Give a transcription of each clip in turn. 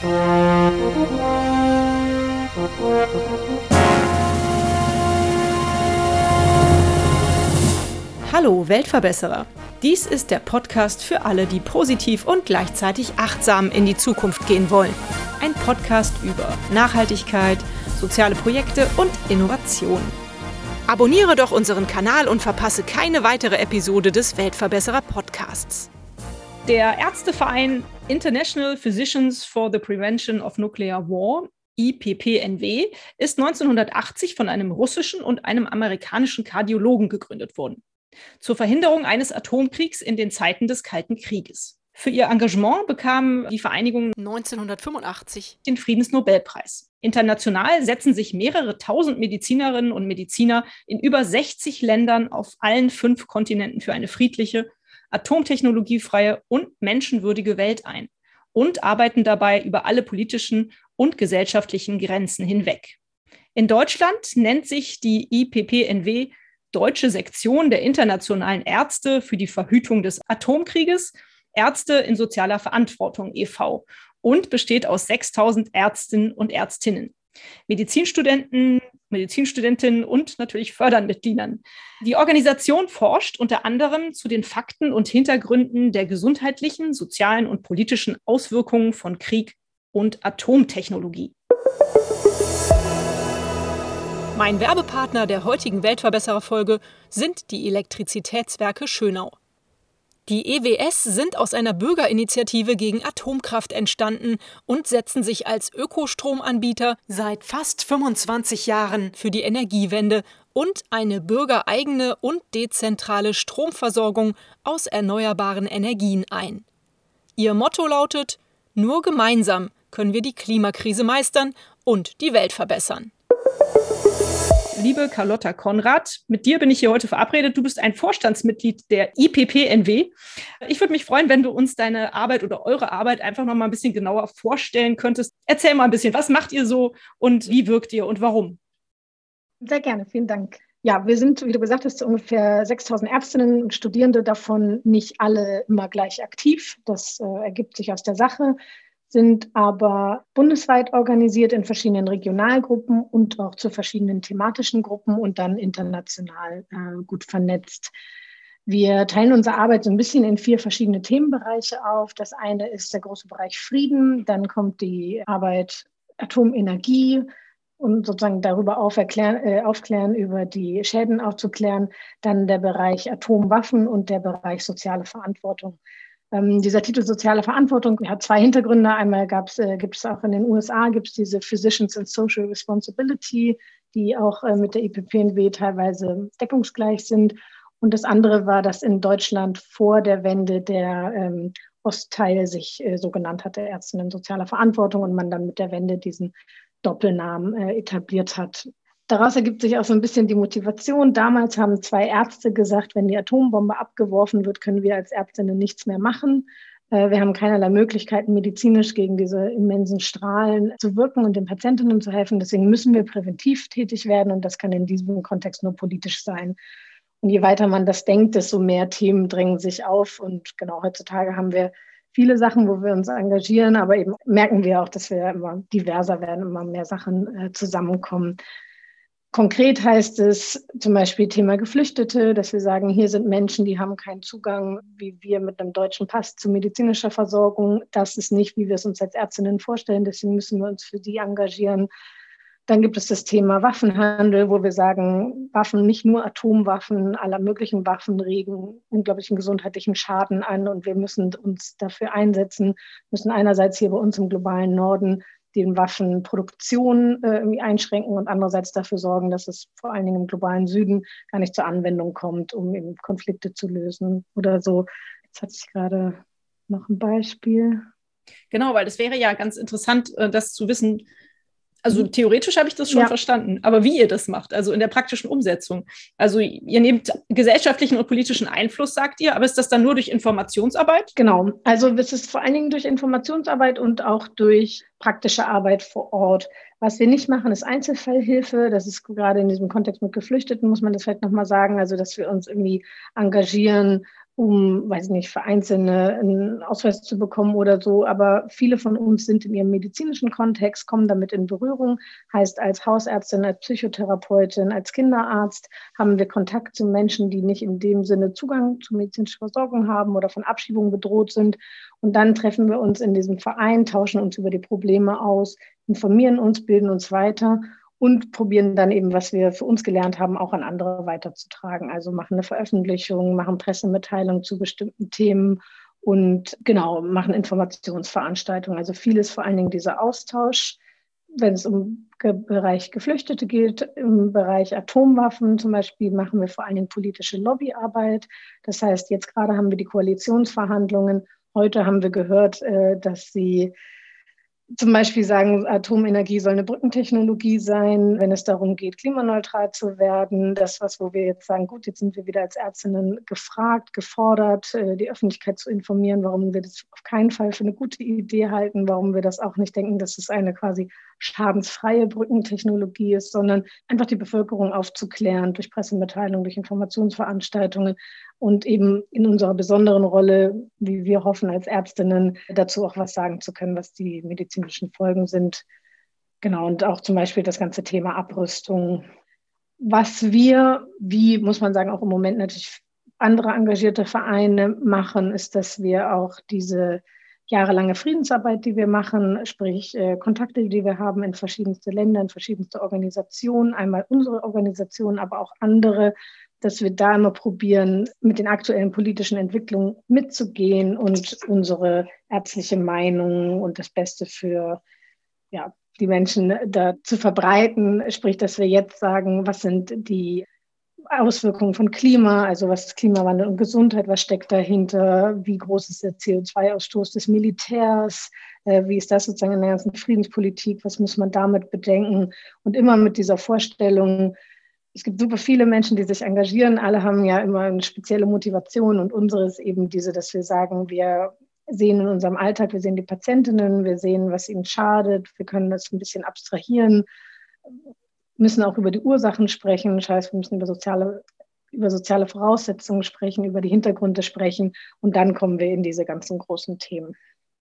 Hallo Weltverbesserer! Dies ist der Podcast für alle, die positiv und gleichzeitig achtsam in die Zukunft gehen wollen. Ein Podcast über Nachhaltigkeit, soziale Projekte und Innovation. Abonniere doch unseren Kanal und verpasse keine weitere Episode des Weltverbesserer Podcasts. Der Ärzteverein International Physicians for the Prevention of Nuclear War, IPPNW, ist 1980 von einem russischen und einem amerikanischen Kardiologen gegründet worden. Zur Verhinderung eines Atomkriegs in den Zeiten des Kalten Krieges. Für ihr Engagement bekam die Vereinigung 1985 den Friedensnobelpreis. International setzen sich mehrere tausend Medizinerinnen und Mediziner in über 60 Ländern auf allen 5 Kontinenten für eine friedliche, atomtechnologiefreie und menschenwürdige Welt ein und arbeiten dabei über alle politischen und gesellschaftlichen Grenzen hinweg. In Deutschland nennt sich die IPPNW Deutsche Sektion der Internationalen Ärzte für die Verhütung des Atomkrieges, Ärzte in sozialer Verantwortung e.V. und besteht aus 6.000 Ärztinnen und Ärztinnen, Medizinstudenten, Medizinstudentinnen und natürlich Fördermitgliedern. Die Organisation forscht unter anderem zu den Fakten und Hintergründen der gesundheitlichen, sozialen und politischen Auswirkungen von Krieg und Atomtechnologie. Mein Werbepartner der heutigen Weltverbesserer-Folge sind die Elektrizitätswerke Schönau. Die EWS sind aus einer Bürgerinitiative gegen Atomkraft entstanden und setzen sich als Ökostromanbieter seit fast 25 Jahren für die Energiewende und eine bürgereigene und dezentrale Stromversorgung aus erneuerbaren Energien ein. Ihr Motto lautet: Nur gemeinsam können wir die Klimakrise meistern und die Welt verbessern. Liebe Carlotta Konrad, mit dir bin ich hier heute verabredet. Du bist ein Vorstandsmitglied der IPPNW. Ich würde mich freuen, wenn du uns deine Arbeit oder eure Arbeit einfach noch mal ein bisschen genauer vorstellen könntest. Erzähl mal ein bisschen, was macht ihr so und wie wirkt ihr und warum? Sehr gerne, vielen Dank. Ja, wir sind, wie du gesagt hast, ungefähr 6.000 Ärztinnen und Studierende, davon nicht alle immer gleich aktiv. Das ergibt sich aus der Sache, sind aber bundesweit organisiert in verschiedenen Regionalgruppen und auch zu verschiedenen thematischen Gruppen und dann international gut vernetzt. Wir teilen unsere Arbeit so ein bisschen in 4 verschiedene Themenbereiche auf. Das eine ist der große Bereich Frieden, dann kommt die Arbeit Atomenergie und sozusagen darüber aufklären, über die Schäden aufzuklären, dann der Bereich Atomwaffen und der Bereich soziale Verantwortung. Dieser Titel Soziale Verantwortung hat 2 Hintergründe. Einmal gibt es auch in den USA diese Physicians and Social Responsibility, die auch mit der IPPNW teilweise deckungsgleich sind. Und das andere war, dass in Deutschland vor der Wende der Ostteil sich so genannt hatte, Ärztinnen sozialer Verantwortung, und man dann mit der Wende diesen Doppelnamen etabliert hat. Daraus ergibt sich auch so ein bisschen die Motivation. Damals haben 2 Ärzte gesagt, wenn die Atombombe abgeworfen wird, können wir als Ärztinnen nichts mehr machen. Wir haben keinerlei Möglichkeiten, medizinisch gegen diese immensen Strahlen zu wirken und den Patientinnen zu helfen. Deswegen müssen wir präventiv tätig werden, und das kann in diesem Kontext nur politisch sein. Und je weiter man das denkt, desto mehr Themen drängen sich auf. Und genau, heutzutage haben wir viele Sachen, wo wir uns engagieren, aber eben merken wir auch, dass wir immer diverser werden, immer mehr Sachen zusammenkommen. Konkret heißt es zum Beispiel Thema Geflüchtete, dass wir sagen, hier sind Menschen, die haben keinen Zugang, wie wir mit einem deutschen Pass, zu medizinischer Versorgung. Das ist nicht, wie wir es uns als Ärztinnen vorstellen, deswegen müssen wir uns für die engagieren. Dann gibt es das Thema Waffenhandel, wo wir sagen, Waffen, nicht nur Atomwaffen, aller möglichen Waffen regen unglaublichen gesundheitlichen Schaden an, und wir müssen uns dafür einsetzen, müssen einerseits hier bei uns im globalen Norden die Waffenproduktion irgendwie einschränken und andererseits dafür sorgen, dass es vor allen Dingen im globalen Süden gar nicht zur Anwendung kommt, um eben Konflikte zu lösen oder so. Jetzt hatte ich gerade noch ein Beispiel. Genau, weil das wäre ja ganz interessant, das zu wissen. Also theoretisch habe ich das schon verstanden, aber wie ihr das macht, also in der praktischen Umsetzung. Also ihr nehmt gesellschaftlichen und politischen Einfluss, sagt ihr, aber ist das dann nur durch Informationsarbeit? Genau, also es ist vor allen Dingen durch Informationsarbeit und auch durch praktische Arbeit vor Ort. Was wir nicht machen, ist Einzelfallhilfe. Das ist gerade in diesem Kontext mit Geflüchteten, muss man das vielleicht nochmal sagen, also dass wir uns irgendwie engagieren, um, weiß ich nicht, für Einzelne einen Ausweis zu bekommen oder so. Aber viele von uns sind in ihrem medizinischen Kontext, kommen damit in Berührung. Heißt, als Hausärztin, als Psychotherapeutin, als Kinderarzt haben wir Kontakt zu Menschen, die nicht in dem Sinne Zugang zu medizinischer Versorgung haben oder von Abschiebung bedroht sind. Und dann treffen wir uns in diesem Verein, tauschen uns über die Probleme aus, informieren uns, bilden uns weiter und probieren dann eben, was wir für uns gelernt haben, auch an andere weiterzutragen. Also machen eine Veröffentlichung, machen Pressemitteilungen zu bestimmten Themen und genau, machen Informationsveranstaltungen. Also vieles vor allen Dingen dieser Austausch, wenn es um Bereich Geflüchtete geht. Im Bereich Atomwaffen zum Beispiel machen wir vor allen Dingen politische Lobbyarbeit. Das heißt, jetzt gerade haben wir die Koalitionsverhandlungen. Heute haben wir gehört, dass sie zum Beispiel sagen, Atomenergie soll eine Brückentechnologie sein, wenn es darum geht, klimaneutral zu werden. Das, wo wir jetzt sagen, gut, jetzt sind wir wieder als Ärztinnen gefragt, gefordert, die Öffentlichkeit zu informieren, warum wir das auf keinen Fall für eine gute Idee halten, warum wir das auch nicht denken, dass es eine quasi schadensfreie Brückentechnologie ist, sondern einfach die Bevölkerung aufzuklären durch Pressemitteilungen, durch Informationsveranstaltungen und eben in unserer besonderen Rolle, wie wir hoffen als Ärztinnen, dazu auch was sagen zu können, was die medizinischen Folgen sind. Genau, und auch zum Beispiel das ganze Thema Abrüstung. Was wir, wie muss man sagen, auch im Moment natürlich andere engagierte Vereine machen, ist, dass wir auch diese jahrelange Friedensarbeit, die wir machen, sprich Kontakte, die wir haben in verschiedenste Länder, in verschiedenste Organisationen, einmal unsere Organisation, aber auch andere, dass wir da immer probieren, mit den aktuellen politischen Entwicklungen mitzugehen und unsere ärztliche Meinung und das Beste für die Menschen da zu verbreiten. Sprich, dass wir jetzt sagen, was sind die Auswirkungen von Klima, also was ist Klimawandel und Gesundheit, was steckt dahinter, wie groß ist der CO2-Ausstoß des Militärs, wie ist das sozusagen in der ganzen Friedenspolitik, was muss man damit bedenken und immer mit dieser Vorstellung, es gibt super viele Menschen, die sich engagieren, alle haben ja immer eine spezielle Motivation und unsere ist eben diese, dass wir sagen, wir sehen in unserem Alltag, wir sehen die Patientinnen, wir sehen, was ihnen schadet, wir können das ein bisschen abstrahieren, müssen auch über die Ursachen sprechen, das heißt, wir müssen über soziale Voraussetzungen sprechen, über die Hintergründe sprechen und dann kommen wir in diese ganzen großen Themen.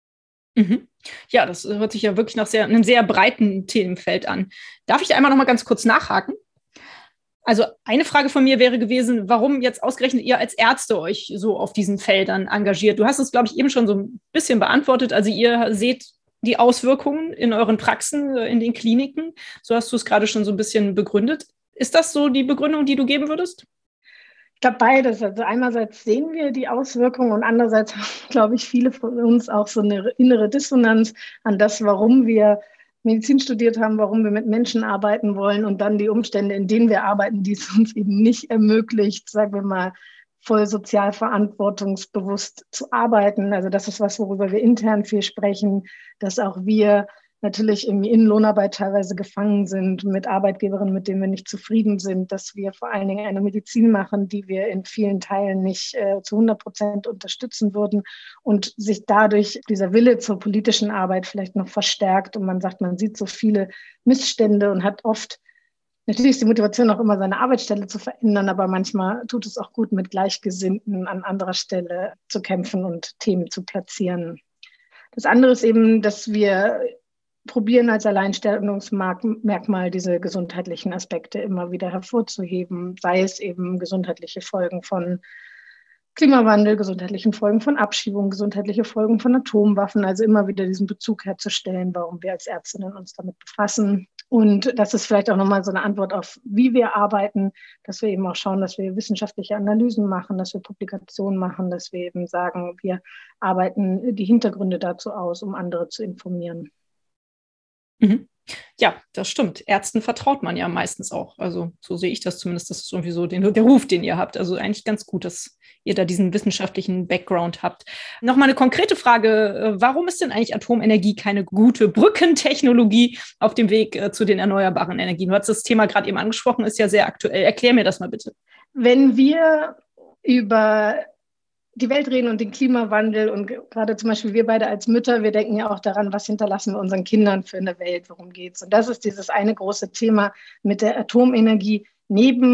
Mhm. Ja, das hört sich ja wirklich nach einem sehr breiten Themenfeld an. Darf ich einmal noch mal ganz kurz nachhaken? Also eine Frage von mir wäre gewesen, warum jetzt ausgerechnet ihr als Ärzte euch so auf diesen Feldern engagiert? Du hast es, glaube ich, eben schon so ein bisschen beantwortet. Also ihr seht die Auswirkungen in euren Praxen, in den Kliniken. So hast du es gerade schon so ein bisschen begründet. Ist das so die Begründung, die du geben würdest? Ich glaube beides. Also einerseits sehen wir die Auswirkungen und andererseits haben, glaube ich, viele von uns auch so eine innere Dissonanz an das, warum wir Medizin studiert haben, warum wir mit Menschen arbeiten wollen und dann die Umstände, in denen wir arbeiten, die es uns eben nicht ermöglicht, sagen wir mal, voll sozial verantwortungsbewusst zu arbeiten. Also das ist was, worüber wir intern viel sprechen, dass auch wir natürlich irgendwie in Lohnarbeit teilweise gefangen sind mit Arbeitgeberinnen, mit denen wir nicht zufrieden sind, dass wir vor allen Dingen eine Medizin machen, die wir in vielen Teilen nicht zu 100% unterstützen würden und sich dadurch dieser Wille zur politischen Arbeit vielleicht noch verstärkt und man sagt, man sieht so viele Missstände und hat oft, natürlich ist die Motivation auch immer, seine Arbeitsstelle zu verändern, aber manchmal tut es auch gut, mit Gleichgesinnten an anderer Stelle zu kämpfen und Themen zu platzieren. Das andere ist eben, dass wir probieren als Alleinstellungsmerkmal diese gesundheitlichen Aspekte immer wieder hervorzuheben, sei es eben gesundheitliche Folgen von Klimawandel, gesundheitlichen Folgen von Abschiebung, gesundheitliche Folgen von Atomwaffen, also immer wieder diesen Bezug herzustellen, warum wir als Ärztinnen uns damit befassen. Und das ist vielleicht auch nochmal so eine Antwort auf, wie wir arbeiten, dass wir eben auch schauen, dass wir wissenschaftliche Analysen machen, dass wir Publikationen machen, dass wir eben sagen, wir arbeiten die Hintergründe dazu aus, um andere zu informieren. Mhm. Ja, das stimmt. Ärzten vertraut man ja meistens auch. Also so sehe ich das zumindest. Das ist irgendwie so der Ruf, den ihr habt. Also eigentlich ganz gut, dass ihr da diesen wissenschaftlichen Background habt. Nochmal eine konkrete Frage. Warum ist denn eigentlich Atomenergie keine gute Brückentechnologie auf dem Weg zu den erneuerbaren Energien? Du hast das Thema gerade eben angesprochen, ist ja sehr aktuell. Erklär mir das mal bitte. Wenn wir über die Welt reden und den Klimawandel und gerade zum Beispiel wir beide als Mütter, wir denken ja auch daran, was hinterlassen wir unseren Kindern für eine Welt, worum geht es. Und das ist dieses eine große Thema mit der Atomenergie. Neben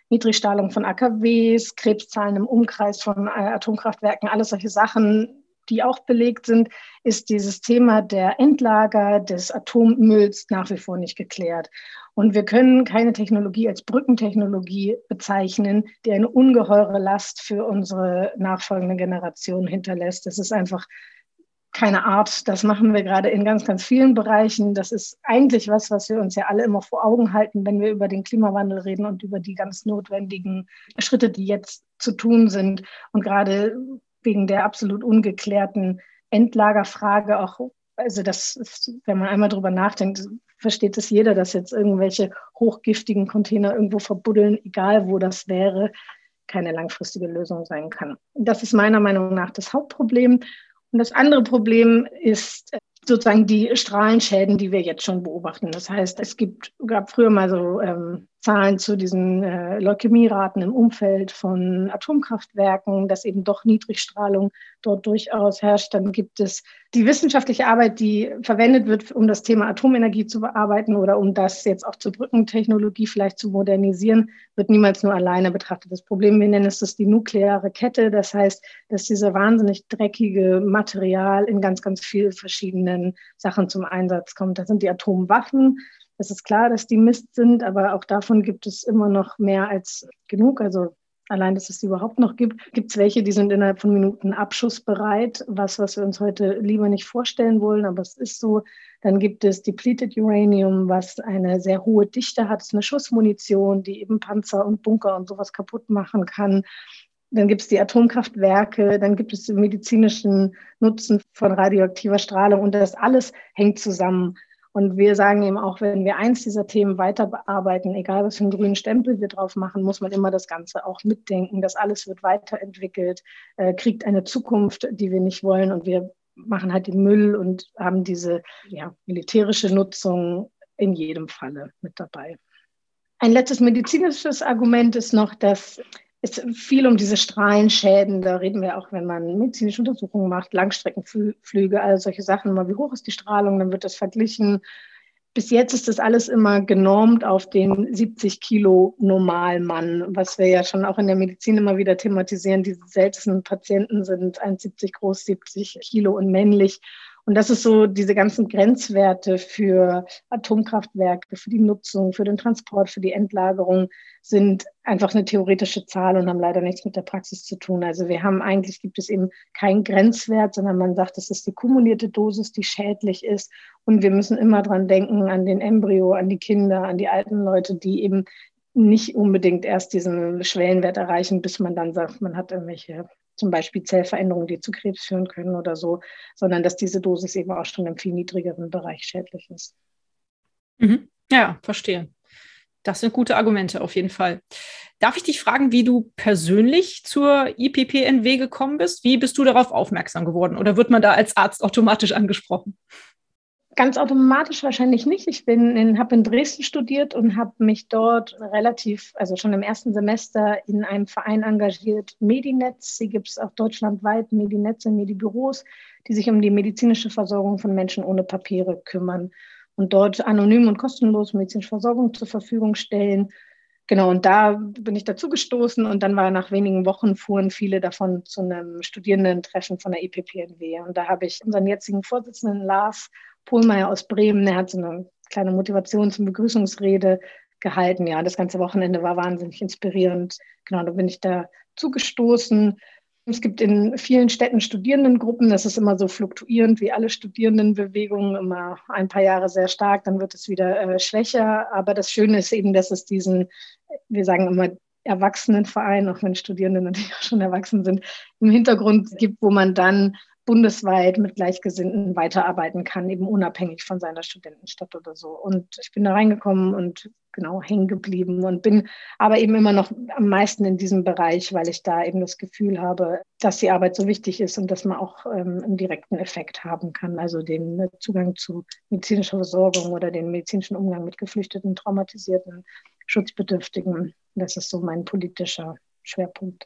Niedrigstrahlung von AKWs, Krebszahlen im Umkreis von Atomkraftwerken, alles solche Sachen, die auch belegt sind, ist dieses Thema der Endlager des Atommülls nach wie vor nicht geklärt. Und wir können keine Technologie als Brückentechnologie bezeichnen, die eine ungeheure Last für unsere nachfolgende Generation hinterlässt. Das ist einfach keine Art. Das machen wir gerade in ganz, ganz vielen Bereichen. Das ist eigentlich was wir uns ja alle immer vor Augen halten, wenn wir über den Klimawandel reden und über die ganz notwendigen Schritte, die jetzt zu tun sind. Und gerade wegen der absolut ungeklärten Endlagerfrage auch, also das ist, wenn man einmal drüber nachdenkt, versteht es jeder, dass jetzt irgendwelche hochgiftigen Container irgendwo verbuddeln, egal wo das wäre, keine langfristige Lösung sein kann. Das ist meiner Meinung nach das Hauptproblem. Und das andere Problem ist sozusagen die Strahlenschäden, die wir jetzt schon beobachten. Das heißt, gab früher mal so Zahlen zu diesen Leukämieraten im Umfeld von Atomkraftwerken, dass eben doch Niedrigstrahlung dort durchaus herrscht. Dann gibt es die wissenschaftliche Arbeit, die verwendet wird, um das Thema Atomenergie zu bearbeiten oder um das jetzt auch zur Brückentechnologie vielleicht zu modernisieren, wird niemals nur alleine betrachtet. Das Problem, wir nennen es das die nukleare Kette. Das heißt, dass dieser wahnsinnig dreckige Material in ganz, ganz vielen verschiedenen Sachen zum Einsatz kommt. Das sind die Atomwaffen. Es ist klar, dass die Mist sind, aber auch davon gibt es immer noch mehr als genug. Also allein, dass es die überhaupt noch gibt, gibt es welche, die sind innerhalb von Minuten abschussbereit, was wir uns heute lieber nicht vorstellen wollen, aber es ist so. Dann gibt es Depleted Uranium, was eine sehr hohe Dichte hat. Es ist eine Schussmunition, die eben Panzer und Bunker und sowas kaputt machen kann. Dann gibt es die Atomkraftwerke, dann gibt es den medizinischen Nutzen von radioaktiver Strahlung und das alles hängt zusammen. Und wir sagen eben auch, wenn wir eins dieser Themen weiter bearbeiten, egal was für einen grünen Stempel wir drauf machen, muss man immer das Ganze auch mitdenken. Das alles wird weiterentwickelt, kriegt eine Zukunft, die wir nicht wollen. Und wir machen halt den Müll und haben diese militärische Nutzung in jedem Falle mit dabei. Ein letztes medizinisches Argument ist noch, dass es viel um diese Strahlenschäden, da reden wir auch, wenn man medizinische Untersuchungen macht, Langstreckenflüge, all solche Sachen, mal wie hoch ist die Strahlung, dann wird das verglichen. Bis jetzt ist das alles immer genormt auf den 70 Kilo Normalmann, was wir ja schon auch in der Medizin immer wieder thematisieren. Die seltensten Patienten sind 1,70 groß, 70 Kilo und männlich. Und das ist so, diese ganzen Grenzwerte für Atomkraftwerke, für die Nutzung, für den Transport, für die Endlagerung sind einfach eine theoretische Zahl und haben leider nichts mit der Praxis zu tun. Also gibt es eben keinen Grenzwert, sondern man sagt, es ist die kumulierte Dosis, die schädlich ist. Und wir müssen immer dran denken, an den Embryo, an die Kinder, an die alten Leute, die eben nicht unbedingt erst diesen Schwellenwert erreichen, bis man dann sagt, man hat irgendwelche zum Beispiel Zellveränderungen, die zu Krebs führen können oder so, sondern dass diese Dosis eben auch schon im viel niedrigeren Bereich schädlich ist. Mhm. Ja, verstehe. Das sind gute Argumente auf jeden Fall. Darf ich dich fragen, wie du persönlich zur IPPNW gekommen bist? Wie bist du darauf aufmerksam geworden? Oder wird man da als Arzt automatisch angesprochen? Ganz automatisch wahrscheinlich nicht. Ich habe in Dresden studiert und habe mich dort also schon im ersten Semester in einem Verein engagiert, Medinetz. Sie gibt es auch deutschlandweit, Medinetze, Medibüros, die sich um die medizinische Versorgung von Menschen ohne Papiere kümmern und dort anonym und kostenlos medizinische Versorgung zur Verfügung stellen. Genau, und da bin ich dazu gestoßen und dann nach wenigen Wochen fuhren viele davon zu einem Studierendentreffen von der IPPNW. Und da habe ich unseren jetzigen Vorsitzenden Lars Pohlmeier aus Bremen, der hat so eine kleine Motivations- und Begrüßungsrede gehalten. Ja, das ganze Wochenende war wahnsinnig inspirierend. Genau, da bin ich da zugestoßen. Es gibt in vielen Städten Studierendengruppen. Das ist immer so fluktuierend wie alle Studierendenbewegungen, immer ein paar Jahre sehr stark, dann wird es wieder schwächer. Aber das Schöne ist eben, dass es wir sagen immer, Erwachsenenverein, auch wenn Studierende natürlich auch schon erwachsen sind, im Hintergrund gibt, wo man dann bundesweit mit Gleichgesinnten weiterarbeiten kann, eben unabhängig von seiner Studentenstadt oder so. Und ich bin da reingekommen und genau hängen geblieben und bin aber eben immer noch am meisten in diesem Bereich, weil ich da eben das Gefühl habe, dass die Arbeit so wichtig ist und dass man auch einen direkten Effekt haben kann, also den Zugang zu medizinischer Versorgung oder den medizinischen Umgang mit Geflüchteten, Traumatisierten, Schutzbedürftigen. Das ist so mein politischer Schwerpunkt.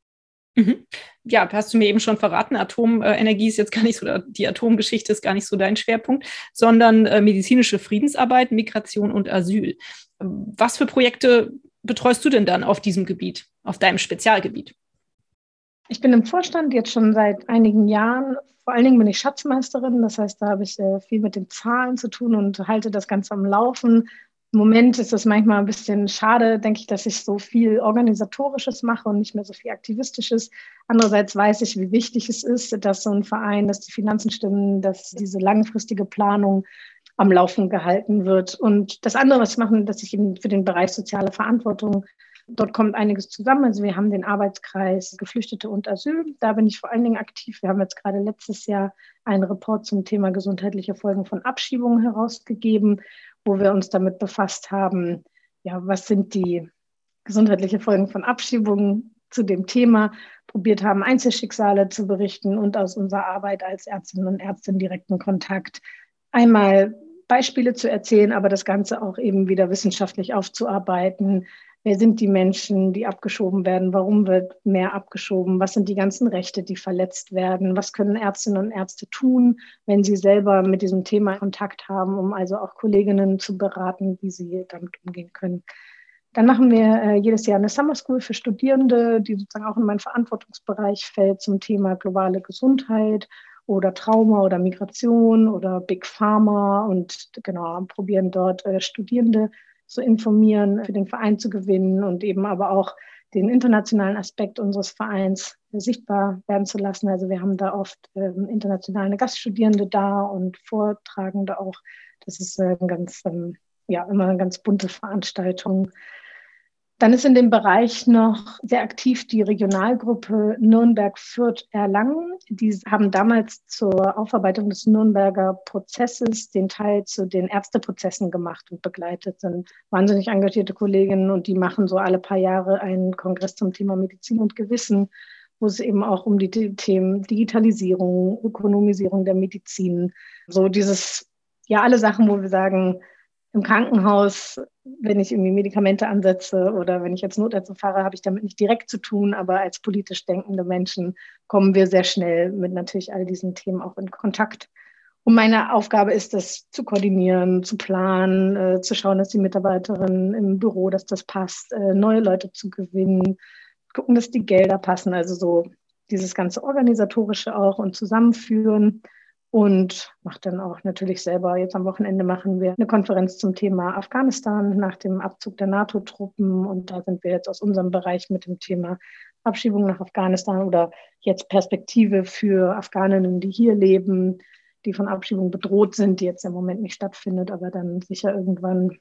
Mhm. Ja, hast du mir eben schon verraten, Atomenergie ist jetzt gar nicht so, die Atomgeschichte ist gar nicht so dein Schwerpunkt, sondern medizinische Friedensarbeit, Migration und Asyl. Was für Projekte betreust du denn dann auf diesem Gebiet, auf deinem Spezialgebiet? Ich bin im Vorstand jetzt schon seit einigen Jahren. Vor allen Dingen bin ich Schatzmeisterin. Das heißt, da habe ich viel mit den Zahlen zu tun und halte das Ganze am Laufen. Im Moment ist es manchmal ein bisschen schade, denke ich, dass ich so viel Organisatorisches mache und nicht mehr so viel Aktivistisches. Andererseits weiß ich, wie wichtig es ist, dass so ein Verein, dass die Finanzen stimmen, dass diese langfristige Planung am Laufen gehalten wird. Und das andere, was ich mache, dass ich eben für den Bereich soziale Verantwortung, dort kommt einiges zusammen. Also wir haben den Arbeitskreis Geflüchtete und Asyl. Da bin ich vor allen Dingen aktiv. Wir haben jetzt gerade letztes Jahr einen Report zum Thema gesundheitliche Folgen von Abschiebungen herausgegeben, wo wir uns damit befasst haben, ja, was sind die gesundheitlichen Folgen von Abschiebungen zu dem Thema, probiert haben, Einzelschicksale zu berichten und aus unserer Arbeit als Ärztinnen und Ärzte in direkten Kontakt einmal Beispiele zu erzählen, aber das Ganze auch eben wieder wissenschaftlich aufzuarbeiten. Wer sind die Menschen, die abgeschoben werden? Warum wird mehr abgeschoben? Was sind die ganzen Rechte, die verletzt werden? Was können Ärztinnen und Ärzte tun, wenn sie selber mit diesem Thema Kontakt haben, um also auch Kolleginnen zu beraten, wie sie damit umgehen können? Dann machen wir jedes Jahr eine Summer School für Studierende, die sozusagen auch in meinen Verantwortungsbereich fällt zum Thema globale Gesundheit oder Trauma oder Migration oder Big Pharma und genau, probieren dort Studierende zu informieren, für den Verein zu gewinnen und eben aber auch den internationalen Aspekt unseres Vereins sichtbar werden zu lassen. Also wir haben da oft internationale Gaststudierende da und Vortragende auch. Das ist immer eine ganz bunte Veranstaltung. Dann ist in dem Bereich noch sehr aktiv die Regionalgruppe Nürnberg-Fürth-Erlangen. Die haben damals zur Aufarbeitung des Nürnberger Prozesses den Teil zu den Ärzteprozessen gemacht und begleitet. Sind wahnsinnig engagierte Kolleginnen und die machen so alle paar Jahre einen Kongress zum Thema Medizin und Gewissen, wo es eben auch um die Themen Digitalisierung, Ökonomisierung der Medizin, so dieses, ja, alle Sachen, wo wir sagen, im Krankenhaus, wenn ich irgendwie Medikamente ansetze oder wenn ich als Notärztin fahre, habe ich damit nicht direkt zu tun, aber als politisch denkende Menschen kommen wir sehr schnell mit natürlich all diesen Themen auch in Kontakt. Und meine Aufgabe ist es, zu koordinieren, zu planen, zu schauen, dass die Mitarbeiterinnen im Büro, dass das passt, neue Leute zu gewinnen, gucken, dass die Gelder passen, also so dieses ganze Organisatorische auch und Zusammenführen. Und mache dann auch natürlich selber, jetzt am Wochenende machen wir eine Konferenz zum Thema Afghanistan nach dem Abzug der NATO-Truppen. Und da sind wir jetzt aus unserem Bereich mit dem Thema Abschiebung nach Afghanistan oder jetzt Perspektive für Afghaninnen, die hier leben, die von Abschiebung bedroht sind, die jetzt im Moment nicht stattfindet, aber dann sicher irgendwann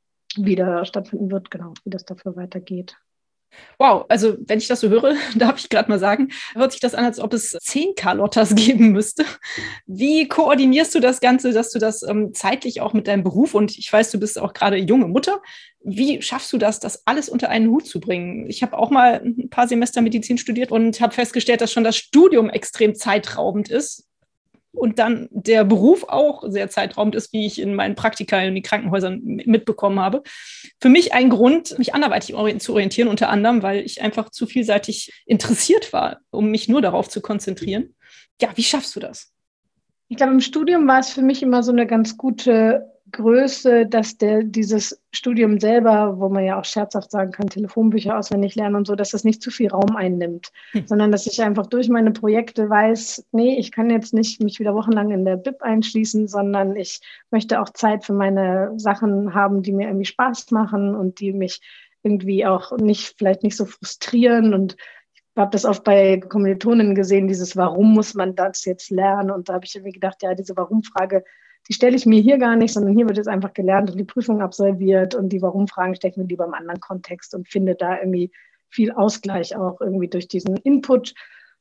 wieder stattfinden wird, genau, wie das dafür weitergeht. Wow, also wenn ich das so höre, darf ich gerade mal sagen, hört sich das an, als ob es 10 Carlottas geben müsste. Wie koordinierst du das Ganze, dass du das zeitlich auch mit deinem Beruf, und ich weiß, du bist auch gerade junge Mutter, wie schaffst du das alles unter einen Hut zu bringen? Ich habe auch mal ein paar Semester Medizin studiert und habe festgestellt, dass schon das Studium extrem zeitraubend ist. Und dann der Beruf auch sehr zeitraubend ist, wie ich in meinen Praktika in den Krankenhäusern mitbekommen habe. Für mich ein Grund, mich anderweitig zu orientieren, unter anderem, weil ich einfach zu vielseitig interessiert war, um mich nur darauf zu konzentrieren. Ja, wie schaffst du das? Ich glaube, im Studium war es für mich immer so eine ganz gute Größe, dass dieses Studium selber, wo man ja auch scherzhaft sagen kann, Telefonbücher auswendig lernen und so, dass das nicht zu viel Raum einnimmt, sondern dass ich einfach durch meine Projekte weiß, nee, ich kann jetzt nicht mich wieder wochenlang in der Bib einschließen, sondern ich möchte auch Zeit für meine Sachen haben, die mir irgendwie Spaß machen und die mich irgendwie auch vielleicht nicht so frustrieren. Und ich habe das oft bei Kommilitoninnen gesehen, dieses Warum muss man das jetzt lernen? Und da habe ich irgendwie gedacht, ja, diese Warum-Frage, die stelle ich mir hier gar nicht, sondern hier wird jetzt einfach gelernt und die Prüfung absolviert und die Warum-Fragen stelle ich mir lieber im anderen Kontext und finde da irgendwie viel Ausgleich auch irgendwie durch diesen Input.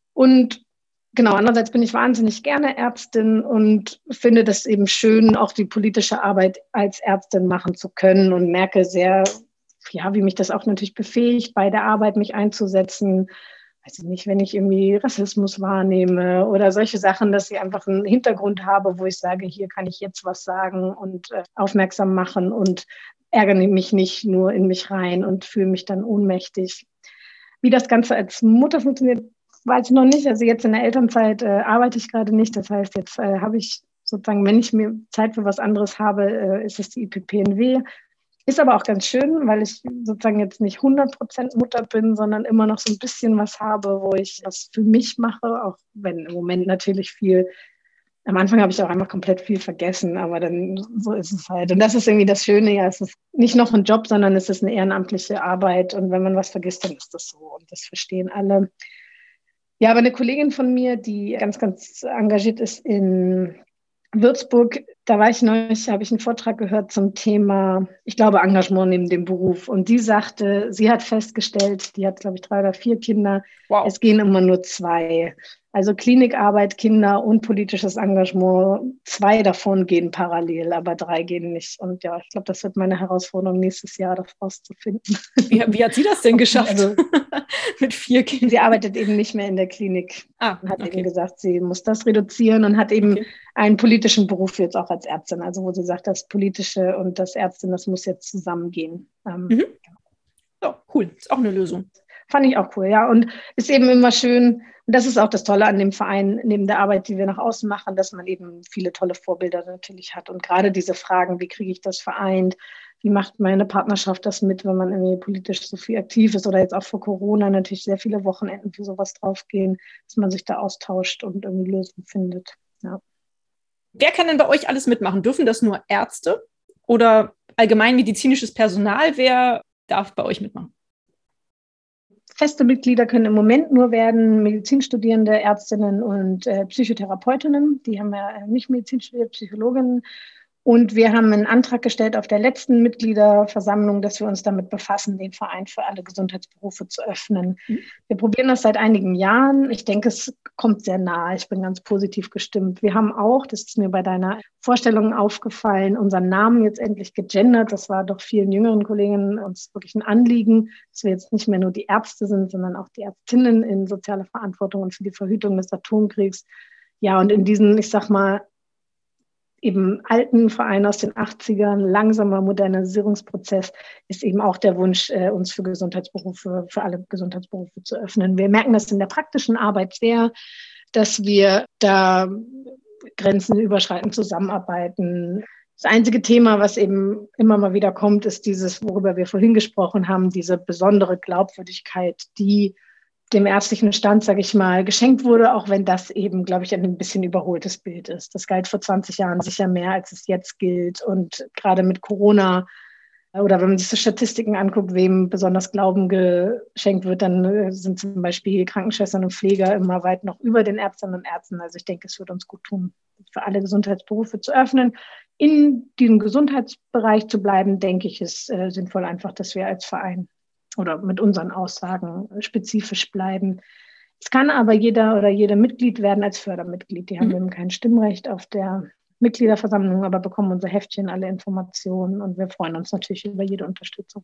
Und genau, andererseits bin ich wahnsinnig gerne Ärztin und finde das eben schön, auch die politische Arbeit als Ärztin machen zu können und merke sehr, ja, wie mich das auch natürlich befähigt, bei der Arbeit mich einzusetzen. Weiß ich nicht, wenn ich irgendwie Rassismus wahrnehme oder solche Sachen, dass ich einfach einen Hintergrund habe, wo ich sage, hier kann ich jetzt was sagen und aufmerksam machen und ärgere mich nicht nur in mich rein und fühle mich dann ohnmächtig. Wie das Ganze als Mutter funktioniert, weiß ich noch nicht. Also jetzt in der Elternzeit arbeite ich gerade nicht. Das heißt, jetzt habe ich sozusagen, wenn ich mir Zeit für was anderes habe, ist es die IPPNW. Ist aber auch ganz schön, weil ich sozusagen jetzt nicht 100% Mutter bin, sondern immer noch so ein bisschen was habe, wo ich was für mich mache, auch wenn im Moment natürlich viel, am Anfang habe ich auch einfach komplett viel vergessen, aber dann so ist es halt. Und das ist irgendwie das Schöne, ja, es ist nicht noch ein Job, sondern es ist eine ehrenamtliche Arbeit und wenn man was vergisst, dann ist das so und das verstehen alle. Ja, aber eine Kollegin von mir, die ganz, ganz engagiert ist in Würzburg, da war ich neulich, habe ich einen Vortrag gehört zum Thema, ich glaube, Engagement neben dem Beruf. Und die sagte, sie hat festgestellt, die hat, glaube ich, 3 oder 4 Kinder, Wow. es gehen immer nur 2. Also Klinikarbeit, Kinder und politisches Engagement, 2 davon gehen parallel, aber 3 gehen nicht. Und ja, ich glaube, das wird meine Herausforderung nächstes Jahr, das rauszufinden. Wie hat sie das denn geschafft? Also, mit 4 Kindern? sie arbeitet eben nicht mehr in der Klinik. Und hat okay. eben gesagt, sie muss das reduzieren und hat eben einen politischen Beruf jetzt auch als Ärztin. Also wo sie sagt, das Politische und das Ärztin, das muss jetzt zusammengehen. Ja, cool. Ist auch eine Lösung. Fand ich auch cool, ja. Und ist eben immer schön, und das ist auch das Tolle an dem Verein, neben der Arbeit, die wir nach außen machen, dass man eben viele tolle Vorbilder natürlich hat. Und gerade diese Fragen, wie kriege ich das vereint? Wie macht meine Partnerschaft das mit, wenn man irgendwie politisch so viel aktiv ist oder jetzt auch vor Corona natürlich sehr viele Wochenenden für sowas draufgehen, dass man sich da austauscht und irgendwie Lösungen findet. Ja. Wer kann denn bei euch alles mitmachen? Dürfen das nur Ärzte oder allgemein medizinisches Personal? Wer darf bei euch mitmachen? Feste Mitglieder können im Moment nur werden Medizinstudierende, Ärztinnen und Psychotherapeutinnen. Die haben ja nicht Medizin studiert, Psychologinnen. Und wir haben einen Antrag gestellt auf der letzten Mitgliederversammlung, dass wir uns damit befassen, den Verein für alle Gesundheitsberufe zu öffnen. Wir probieren das seit einigen Jahren. Ich denke, es kommt sehr nahe. Ich bin ganz positiv gestimmt. Wir haben auch, das ist mir bei deiner Vorstellung aufgefallen, unseren Namen jetzt endlich gegendert. Das war doch vielen jüngeren Kolleginnen uns wirklich ein Anliegen, dass wir jetzt nicht mehr nur die Ärzte sind, sondern auch die Ärztinnen in sozialer Verantwortung und für die Verhütung des Atomkriegs. Ja, und in diesen, ich sag mal, eben alten Verein aus den 80ern, langsamer Modernisierungsprozess, ist eben auch der Wunsch, uns für Gesundheitsberufe, für alle Gesundheitsberufe zu öffnen. Wir merken das in der praktischen Arbeit sehr, dass wir da grenzenüberschreitend zusammenarbeiten. Das einzige Thema, was eben immer mal wieder kommt, ist dieses, worüber wir vorhin gesprochen haben, diese besondere Glaubwürdigkeit, die dem ärztlichen Stand, sage ich mal, geschenkt wurde, auch wenn das eben, glaube ich, ein bisschen überholtes Bild ist. Das galt vor 20 Jahren sicher mehr, als es jetzt gilt. Und gerade mit Corona oder wenn man sich so Statistiken anguckt, wem besonders Glauben geschenkt wird, dann sind zum Beispiel Krankenschwestern und Pfleger immer weit noch über den Ärztinnen und Ärzten. Also ich denke, es wird uns gut tun, für alle Gesundheitsberufe zu öffnen. In diesem Gesundheitsbereich zu bleiben, denke ich, ist sinnvoll einfach, dass wir als Verein oder mit unseren Aussagen spezifisch bleiben. Es kann aber jeder oder jede Mitglied werden als Fördermitglied. Die haben eben kein Stimmrecht auf der Mitgliederversammlung, aber bekommen unser Heftchen, alle Informationen und wir freuen uns natürlich über jede Unterstützung.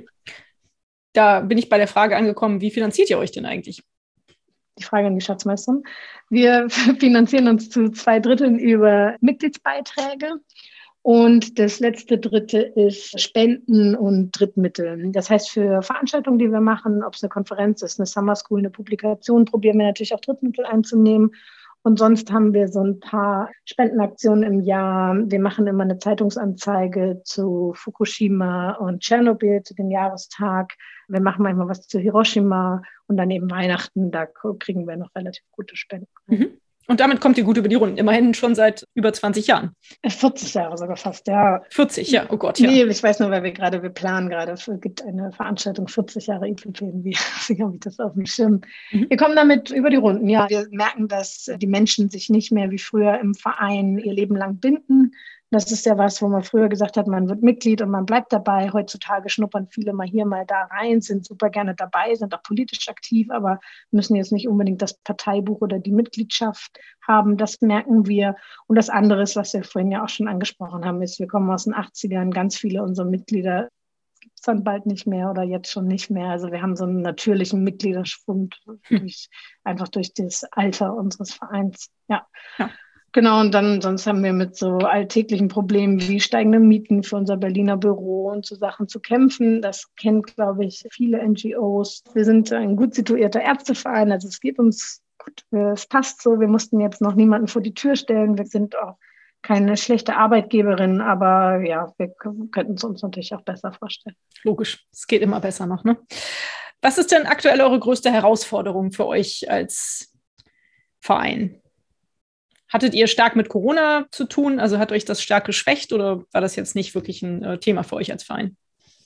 Da bin ich bei der Frage angekommen, wie finanziert ihr euch denn eigentlich? Die Frage an die Schatzmeisterin. Wir finanzieren uns zu 2/3 über Mitgliedsbeiträge. Und das letzte Dritte ist Spenden und Drittmittel. Das heißt, für Veranstaltungen, die wir machen, ob es eine Konferenz ist, eine Summer School, eine Publikation, probieren wir natürlich auch Drittmittel einzunehmen. Und sonst haben wir so ein paar Spendenaktionen im Jahr. Wir machen immer eine Zeitungsanzeige zu Fukushima und Tschernobyl, zu dem Jahrestag. Wir machen manchmal was zu Hiroshima und dann eben Weihnachten. Da kriegen wir noch relativ gute Spenden. Und damit kommt ihr gut über die Runden. Immerhin schon seit über 20 Jahren. 40 Jahre sogar fast, ja. 40, ja, oh Gott, ja. Nee, ich weiß nur, weil wir planen gerade, es gibt eine Veranstaltung 40 Jahre IPP, deswegen habe ich das auf dem Schirm. Wir kommen damit über die Runden, ja. Wir merken, dass die Menschen sich nicht mehr wie früher im Verein ihr Leben lang binden. Das ist ja was, wo man früher gesagt hat, man wird Mitglied und man bleibt dabei. Heutzutage schnuppern viele mal hier, mal da rein, sind super gerne dabei, sind auch politisch aktiv, aber müssen jetzt nicht unbedingt das Parteibuch oder die Mitgliedschaft haben. Das merken wir. Und das andere ist, was wir vorhin ja auch schon angesprochen haben, ist, wir kommen aus den 80ern. Ganz viele unserer Mitglieder gibt es dann bald nicht mehr oder jetzt schon nicht mehr. Also wir haben so einen natürlichen Mitgliederschwund einfach durch das Alter unseres Vereins. Ja. Genau, und dann sonst haben wir mit so alltäglichen Problemen wie steigende Mieten für unser Berliner Büro und so Sachen zu kämpfen. Das kennt, glaube ich, viele NGOs. Wir sind ein gut situierter Ärzteverein, also es geht uns gut, es passt so. Wir mussten jetzt noch niemanden vor die Tür stellen. Wir sind auch keine schlechte Arbeitgeberin, aber ja, wir könnten es uns natürlich auch besser vorstellen. Logisch, es geht immer besser noch, ne? Was ist denn aktuell eure größte Herausforderung für euch als Verein? Hattet ihr stark mit Corona zu tun? Also hat euch das stark geschwächt oder war das jetzt nicht wirklich ein Thema für euch als Verein?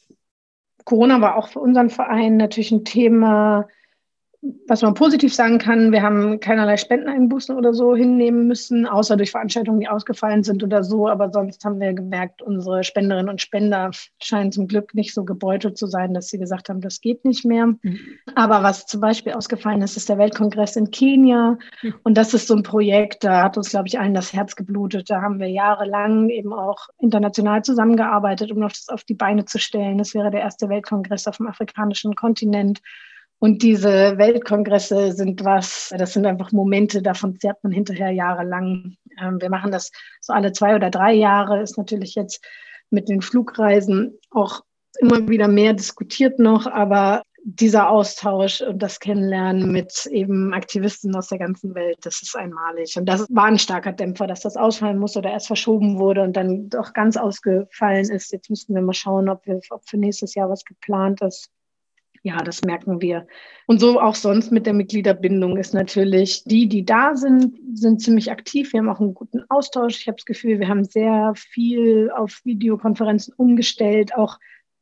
Corona war auch für unseren Verein natürlich ein Thema, was man positiv sagen kann. Wir haben keinerlei Spendeneinbußen oder so hinnehmen müssen, außer durch Veranstaltungen, die ausgefallen sind oder so. Aber sonst haben wir gemerkt, unsere Spenderinnen und Spender scheinen zum Glück nicht so gebeutelt zu sein, dass sie gesagt haben, das geht nicht mehr. Aber was zum Beispiel ausgefallen ist, ist der Weltkongress in Kenia. Und das ist so ein Projekt, da hat uns, glaube ich, allen das Herz geblutet. Da haben wir jahrelang eben auch international zusammengearbeitet, um das auf die Beine zu stellen. Das wäre der erste Weltkongress auf dem afrikanischen Kontinent. Und diese Weltkongresse das sind einfach Momente, davon zehrt man hinterher jahrelang. Wir machen das so alle 2 oder 3 Jahre, ist natürlich jetzt mit den Flugreisen auch immer wieder mehr diskutiert noch, aber dieser Austausch und das Kennenlernen mit eben Aktivisten aus der ganzen Welt, das ist einmalig. Und das war ein starker Dämpfer, dass das ausfallen muss oder erst verschoben wurde und dann doch ganz ausgefallen ist. Jetzt müssen wir mal schauen, ob für nächstes Jahr was geplant ist. Ja, das merken wir. Und so auch sonst mit der Mitgliederbindung ist natürlich, die da sind ziemlich aktiv. Wir haben auch einen guten Austausch. Ich habe das Gefühl, wir haben sehr viel auf Videokonferenzen umgestellt, auch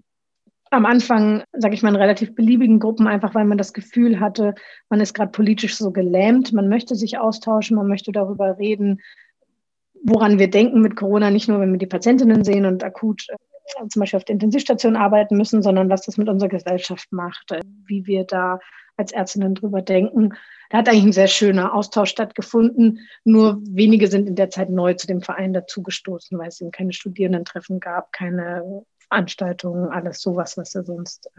am Anfang, sage ich mal, in relativ beliebigen Gruppen, einfach weil man das Gefühl hatte, man ist gerade politisch so gelähmt. Man möchte sich austauschen, man möchte darüber reden, woran wir denken mit Corona, nicht nur, wenn wir die Patientinnen sehen und akut zum Beispiel auf der Intensivstation arbeiten müssen, sondern was das mit unserer Gesellschaft macht, wie wir da als Ärztinnen drüber denken. Da hat eigentlich ein sehr schöner Austausch stattgefunden. Nur wenige sind in der Zeit neu zu dem Verein dazugestoßen, weil es eben keine Studierendentreffen gab, keine Veranstaltungen, alles sowas, was er sonst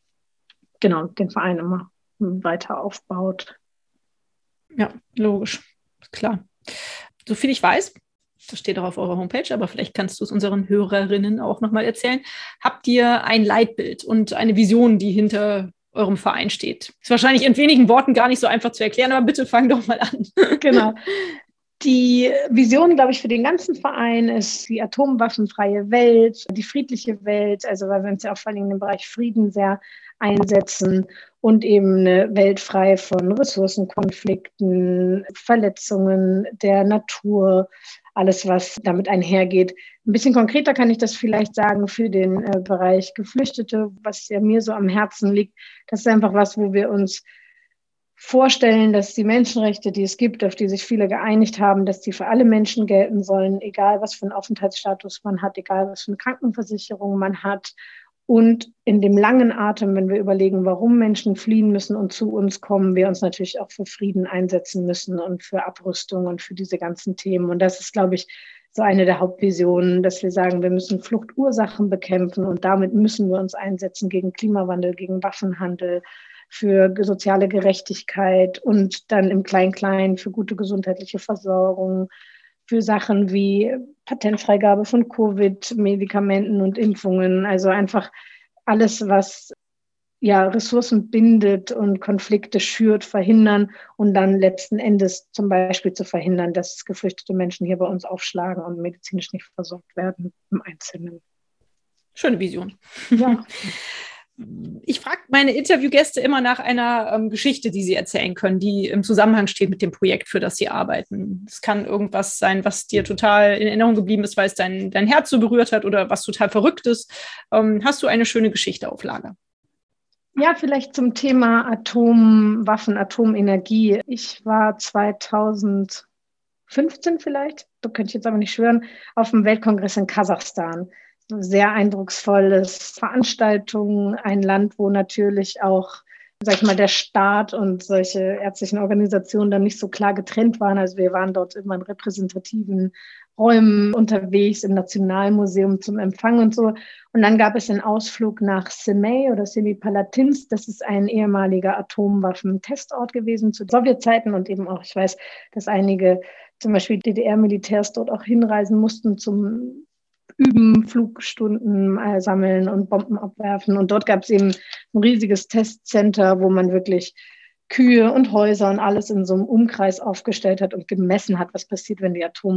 den Verein immer weiter aufbaut. Ja, logisch, klar. Soviel ich weiß, das steht auch auf eurer Homepage, aber vielleicht kannst du es unseren Hörerinnen auch nochmal erzählen. Habt ihr ein Leitbild und eine Vision, die hinter eurem Verein steht? Ist wahrscheinlich in wenigen Worten gar nicht so einfach zu erklären, aber bitte fang doch mal an. Genau. Die Vision, glaube ich, für den ganzen Verein ist die atomwaffenfreie Welt, die friedliche Welt, also weil wir uns ja auch vor allem im Bereich Frieden sehr einsetzen und eben eine Welt frei von Ressourcenkonflikten, Verletzungen der Natur, alles, was damit einhergeht. Ein bisschen konkreter kann ich das vielleicht sagen für den Bereich Geflüchtete, was ja mir so am Herzen liegt. Das ist einfach was, wo wir uns vorstellen, dass die Menschenrechte, die es gibt, auf die sich viele geeinigt haben, dass die für alle Menschen gelten sollen, egal was für einen Aufenthaltsstatus man hat, egal was für eine Krankenversicherung man hat. Und in dem langen Atem, wenn wir überlegen, warum Menschen fliehen müssen und zu uns kommen, wir uns natürlich auch für Frieden einsetzen müssen und für Abrüstung und für diese ganzen Themen. Und das ist, glaube ich, so eine der Hauptvisionen, dass wir sagen, wir müssen Fluchtursachen bekämpfen und damit müssen wir uns einsetzen gegen Klimawandel, gegen Waffenhandel, für soziale Gerechtigkeit und dann im Klein-Klein für gute gesundheitliche Versorgung, für Sachen wie Patentfreigabe von Covid-Medikamenten und Impfungen. Also einfach alles, was Ressourcen bindet und Konflikte schürt, verhindern und dann letzten Endes zum Beispiel zu verhindern, dass geflüchtete Menschen hier bei uns aufschlagen und medizinisch nicht versorgt werden im Einzelnen. Schöne Vision. Ja. Ich frage meine Interviewgäste immer nach einer Geschichte, die sie erzählen können, die im Zusammenhang steht mit dem Projekt, für das sie arbeiten. Es kann irgendwas sein, was dir total in Erinnerung geblieben ist, weil es dein Herz so berührt hat oder was total Verrücktes. Hast du eine schöne Geschichte auf Lager? Ja, vielleicht zum Thema Atomwaffen, Atomenergie. Ich war 2015 vielleicht, da könnte ich jetzt aber nicht schwören, auf dem Weltkongress in Kasachstan. Sehr eindrucksvolles Veranstaltung, ein Land, wo natürlich auch, sag ich mal, der Staat und solche ärztlichen Organisationen dann nicht so klar getrennt waren. Also wir waren dort immer in repräsentativen Räumen unterwegs, im Nationalmuseum zum Empfang und so. Und dann gab es einen Ausflug nach Semey oder Semipalatinsk. Das ist ein ehemaliger Atomwaffentestort gewesen zu Sowjetzeiten und eben auch, ich weiß, dass einige zum Beispiel DDR-Militärs dort auch hinreisen mussten zum Üben, Flugstunden sammeln und Bomben abwerfen. Und dort gab es eben ein riesiges Testcenter, wo man wirklich Kühe und Häuser und alles in so einem Umkreis aufgestellt hat und gemessen hat, was passiert, wenn die Atombomben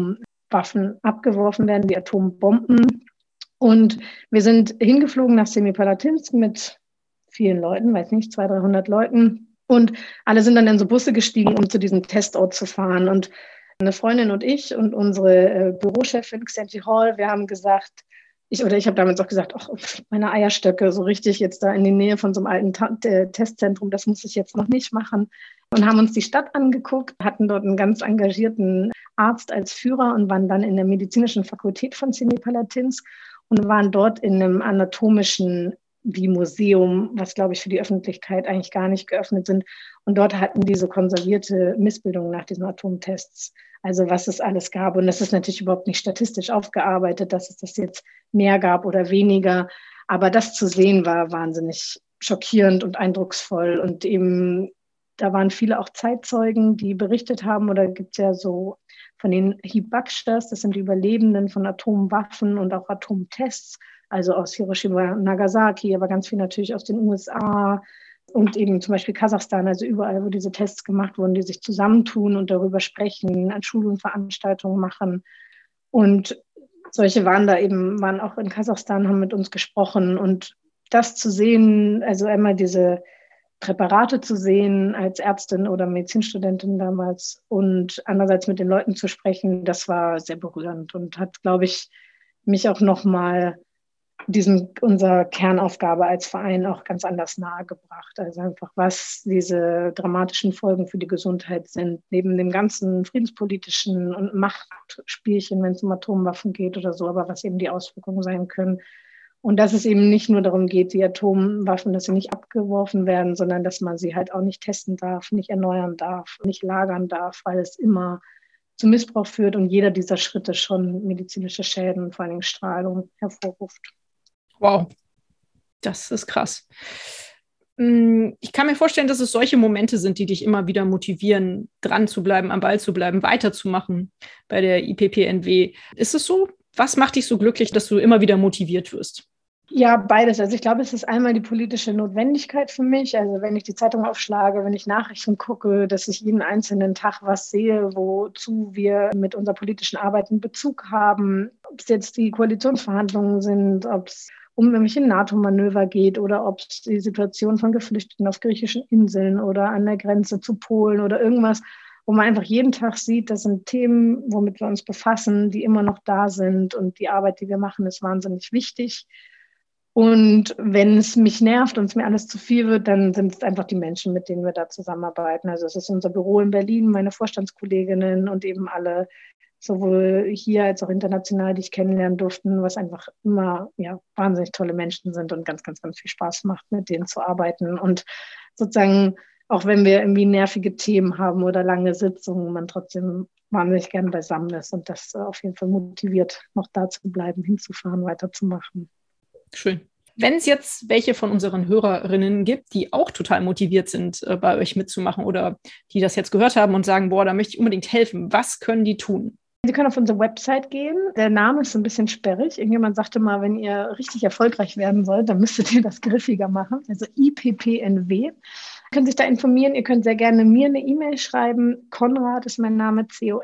Waffen abgeworfen werden, die Atombomben. Und wir sind hingeflogen nach Semipalatinsk mit vielen Leuten, weiß nicht, 200, 300 Leuten. Und alle sind dann in so Busse gestiegen, um zu diesem Testort zu fahren. Und eine Freundin und ich und unsere Bürochefin Xanthi Hall, wir haben gesagt, ich habe damals auch gesagt, ach, meine Eierstöcke, so richtig jetzt da in die Nähe von so einem alten Testzentrum, das muss ich jetzt noch nicht machen. Und haben uns die Stadt angeguckt, hatten dort einen ganz engagierten Arzt als Führer und waren dann in der medizinischen Fakultät von Semipalatinsk und waren dort in einem anatomischen wie Museum, was, glaube ich, für die Öffentlichkeit eigentlich gar nicht geöffnet sind. Und dort hatten diese konservierte Missbildungen nach diesen Atomtests, also was es alles gab. Und das ist natürlich überhaupt nicht statistisch aufgearbeitet, dass es das jetzt mehr gab oder weniger. Aber das zu sehen war wahnsinnig schockierend und eindrucksvoll. Und eben, da waren viele auch Zeitzeugen, die berichtet haben, oder gibt es ja so von den Hibakshas, das sind die Überlebenden von Atomwaffen und auch Atomtests, also aus Hiroshima und Nagasaki, aber ganz viel natürlich aus den USA und eben zum Beispiel Kasachstan, also überall, wo diese Tests gemacht wurden, die sich zusammentun und darüber sprechen, an Schulen Veranstaltungen machen. Und solche waren auch in Kasachstan, haben mit uns gesprochen. Und das zu sehen, also einmal diese Präparate zu sehen als Ärztin oder Medizinstudentin damals und andererseits mit den Leuten zu sprechen, das war sehr berührend und hat, glaube ich, mich auch nochmal unserer Kernaufgabe als Verein auch ganz anders nahegebracht. Also einfach, was diese dramatischen Folgen für die Gesundheit sind, neben dem ganzen friedenspolitischen und Machtspielchen, wenn es um Atomwaffen geht oder so, aber was eben die Auswirkungen sein können. Und dass es eben nicht nur darum geht, die Atomwaffen, dass sie nicht abgeworfen werden, sondern dass man sie halt auch nicht testen darf, nicht erneuern darf, nicht lagern darf, weil es immer zu Missbrauch führt und jeder dieser Schritte schon medizinische Schäden und vor allem Strahlung hervorruft. Wow, das ist krass. Ich kann mir vorstellen, dass es solche Momente sind, die dich immer wieder motivieren, dran zu bleiben, am Ball zu bleiben, weiterzumachen bei der IPPNW. Ist es so? Was macht dich so glücklich, dass du immer wieder motiviert wirst? Ja, beides. Also ich glaube, es ist einmal die politische Notwendigkeit für mich. Also wenn ich die Zeitung aufschlage, wenn ich Nachrichten gucke, dass ich jeden einzelnen Tag was sehe, wozu wir mit unserer politischen Arbeit einen Bezug haben. Ob es jetzt die Koalitionsverhandlungen sind, ob es um irgendwelche NATO-Manöver geht oder ob es die Situation von Geflüchteten auf griechischen Inseln oder an der Grenze zu Polen oder irgendwas, wo man einfach jeden Tag sieht, das sind Themen, womit wir uns befassen, die immer noch da sind. Und die Arbeit, die wir machen, ist wahnsinnig wichtig. Und wenn es mich nervt und es mir alles zu viel wird, dann sind es einfach die Menschen, mit denen wir da zusammenarbeiten. Also es ist unser Büro in Berlin, meine Vorstandskolleginnen und eben alle, sowohl hier als auch international, die ich kennenlernen durften, was einfach immer wahnsinnig tolle Menschen sind und ganz, ganz, ganz viel Spaß macht, mit denen zu arbeiten. Und sozusagen, auch wenn wir irgendwie nervige Themen haben oder lange Sitzungen, man trotzdem wahnsinnig gern beisammen ist und das auf jeden Fall motiviert, noch da zu bleiben, hinzufahren, weiterzumachen. Schön. Wenn es jetzt welche von unseren Hörerinnen gibt, die auch total motiviert sind, bei euch mitzumachen oder die das jetzt gehört haben und sagen, boah, da möchte ich unbedingt helfen, was können die tun? Sie können auf unsere Website gehen. Der Name ist ein bisschen sperrig. Irgendjemand sagte mal, wenn ihr richtig erfolgreich werden wollt, dann müsstet ihr das griffiger machen. Also IPPNW. Ihr könnt sich da informieren. Ihr könnt sehr gerne mir eine E-Mail schreiben. Konrad ist mein Name,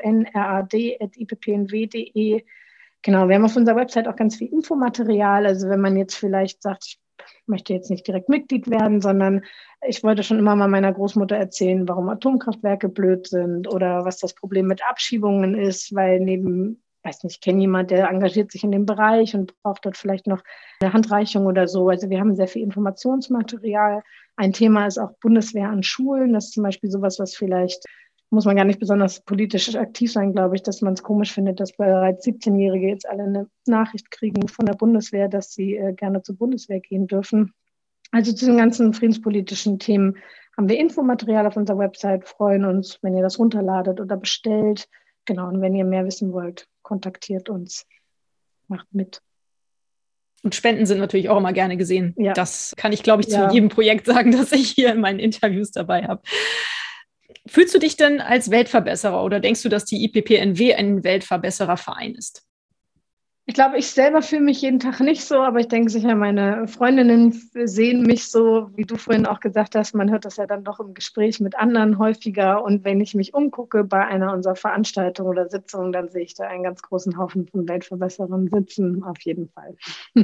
conrad@ippnw.de. Genau, wir haben auf unserer Website auch ganz viel Infomaterial. Also wenn man jetzt vielleicht sagt, ich möchte jetzt nicht direkt Mitglied werden, sondern ich wollte schon immer mal meiner Großmutter erzählen, warum Atomkraftwerke blöd sind oder was das Problem mit Abschiebungen ist, weil ich kenne jemand, der engagiert sich in dem Bereich und braucht dort vielleicht noch eine Handreichung oder so. Also wir haben sehr viel Informationsmaterial. Ein Thema ist auch Bundeswehr an Schulen. Das ist zum Beispiel sowas, was vielleicht, muss man gar nicht besonders politisch aktiv sein, glaube ich, dass man es komisch findet, dass bereits 17-Jährige jetzt alle eine Nachricht kriegen von der Bundeswehr, dass sie gerne zur Bundeswehr gehen dürfen. Also zu den ganzen friedenspolitischen Themen haben wir Infomaterial auf unserer Website, freuen uns, wenn ihr das runterladet oder bestellt. Genau, und wenn ihr mehr wissen wollt, kontaktiert uns, macht mit. Und Spenden sind natürlich auch immer gerne gesehen. Ja. Das kann ich, glaube ich, zu jedem Projekt sagen, das ich hier in meinen Interviews dabei habe. Fühlst du dich denn als Weltverbesserer oder denkst du, dass die IPPNW ein Weltverbessererverein ist? Ich glaube, ich selber fühle mich jeden Tag nicht so, aber ich denke sicher, meine Freundinnen sehen mich so, wie du vorhin auch gesagt hast. Man hört das ja dann doch im Gespräch mit anderen häufiger. Und wenn ich mich umgucke bei einer unserer Veranstaltungen oder Sitzungen, dann sehe ich da einen ganz großen Haufen von Weltverbesserern sitzen, auf jeden Fall.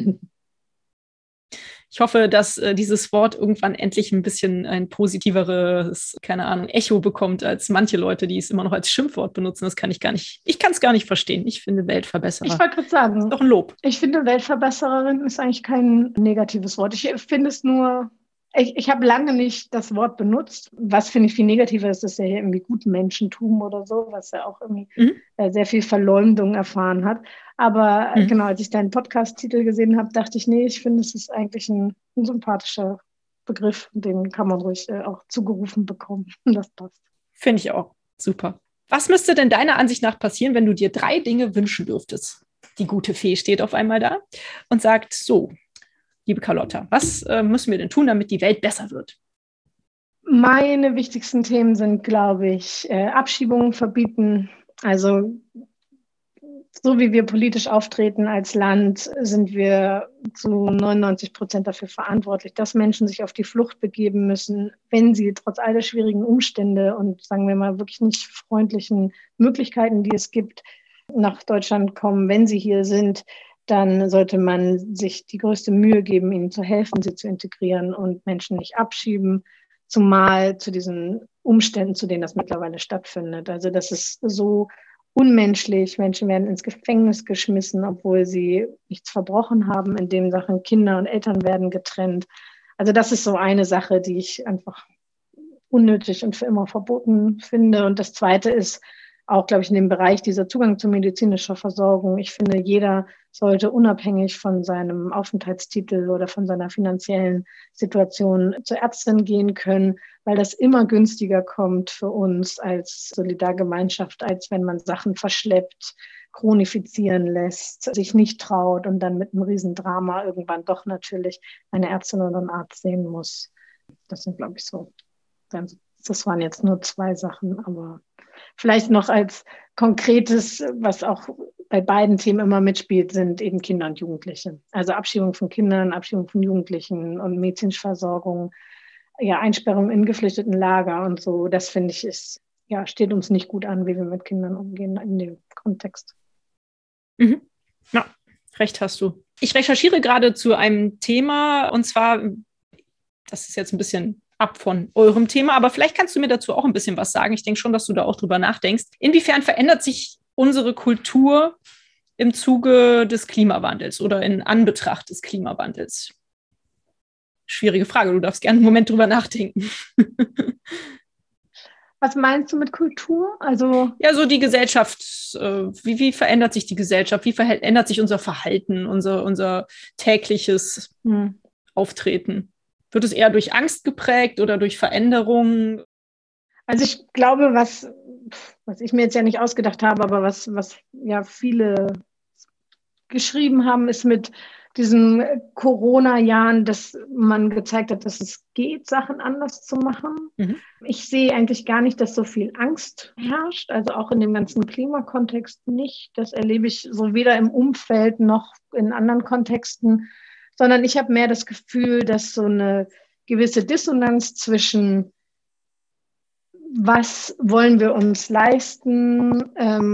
Ich hoffe, dass dieses Wort irgendwann endlich ein bisschen ein positiveres, keine Ahnung, Echo bekommt als manche Leute, die es immer noch als Schimpfwort benutzen. Das kann ich gar nicht, ich kann es gar nicht verstehen. Ich finde Weltverbesserer. Ich wollte gerade sagen, ist doch ein Lob. Ich finde, Weltverbessererin ist eigentlich kein negatives Wort. Ich finde es nur, ich habe lange nicht das Wort benutzt. Was finde ich viel negativer ist, dass ja hier irgendwie Gutmenschentum oder so, was ja auch irgendwie sehr viel Verleumdung erfahren hat. Aber genau, als ich deinen Podcast-Titel gesehen habe, dachte ich, nee, ich finde, es ist eigentlich ein sympathischer Begriff, den kann man ruhig auch zugerufen bekommen. Das passt. Finde ich auch. Super. Was müsste denn deiner Ansicht nach passieren, wenn du dir 3 Dinge wünschen dürftest? Die gute Fee steht auf einmal da und sagt, so, liebe Carlotta, was müssen wir denn tun, damit die Welt besser wird? Meine wichtigsten Themen sind, glaube ich, Abschiebungen verbieten. Also so wie wir politisch auftreten als Land, sind wir zu 99% dafür verantwortlich, dass Menschen sich auf die Flucht begeben müssen, wenn sie trotz all der schwierigen Umstände und, sagen wir mal, wirklich nicht freundlichen Möglichkeiten, die es gibt, nach Deutschland kommen. Wenn sie hier sind, dann sollte man sich die größte Mühe geben, ihnen zu helfen, sie zu integrieren und Menschen nicht abschieben, zumal zu diesen Umständen, zu denen das mittlerweile stattfindet. Also das ist so unmenschlich. Menschen werden ins Gefängnis geschmissen, obwohl sie nichts verbrochen haben. In den Sachen Kinder und Eltern werden getrennt. Also das ist so eine Sache, die ich einfach unnötig und für immer verboten finde. Und das Zweite ist auch, glaube ich, in dem Bereich dieser Zugang zu medizinischer Versorgung. Ich finde, jeder sollte unabhängig von seinem Aufenthaltstitel oder von seiner finanziellen Situation zur Ärztin gehen können, weil das immer günstiger kommt für uns als Solidargemeinschaft, als wenn man Sachen verschleppt, chronifizieren lässt, sich nicht traut und dann mit einem Riesendrama irgendwann doch natürlich eine Ärztin oder einen Arzt sehen muss. Das sind, glaube ich, so. Das waren jetzt nur 2 Sachen, aber vielleicht noch als Konkretes, was auch bei beiden Themen immer mitspielt, sind eben Kinder und Jugendliche. Also Abschiebung von Kindern, Abschiebung von Jugendlichen und medizinische Versorgung, ja, Einsperrung in geflüchteten Lager und so. Das finde ich steht uns nicht gut an, wie wir mit Kindern umgehen in dem Kontext. Mhm. Ja, recht hast du. Ich recherchiere gerade zu einem Thema und zwar, das ist jetzt ein bisschen ab von eurem Thema, aber vielleicht kannst du mir dazu auch ein bisschen was sagen. Ich denke schon, dass du da auch drüber nachdenkst. Inwiefern verändert sich unsere Kultur im Zuge des Klimawandels oder in Anbetracht des Klimawandels? Schwierige Frage, du darfst gerne einen Moment drüber nachdenken. Was meinst du mit Kultur? Also ja, so die Gesellschaft, wie verändert sich die Gesellschaft? Wie verändert sich unser Verhalten, unser tägliches Auftreten? Wird es eher durch Angst geprägt oder durch Veränderungen? Also ich glaube, was ich mir jetzt ja nicht ausgedacht habe, aber was ja viele geschrieben haben, ist mit diesen Corona-Jahren, dass man gezeigt hat, dass es geht, Sachen anders zu machen. Ich sehe eigentlich gar nicht, dass so viel Angst herrscht, also auch in dem ganzen Klimakontext nicht. Das erlebe ich so weder im Umfeld noch in anderen Kontexten, sondern ich habe mehr das Gefühl, dass so eine gewisse Dissonanz zwischen was wollen wir uns leisten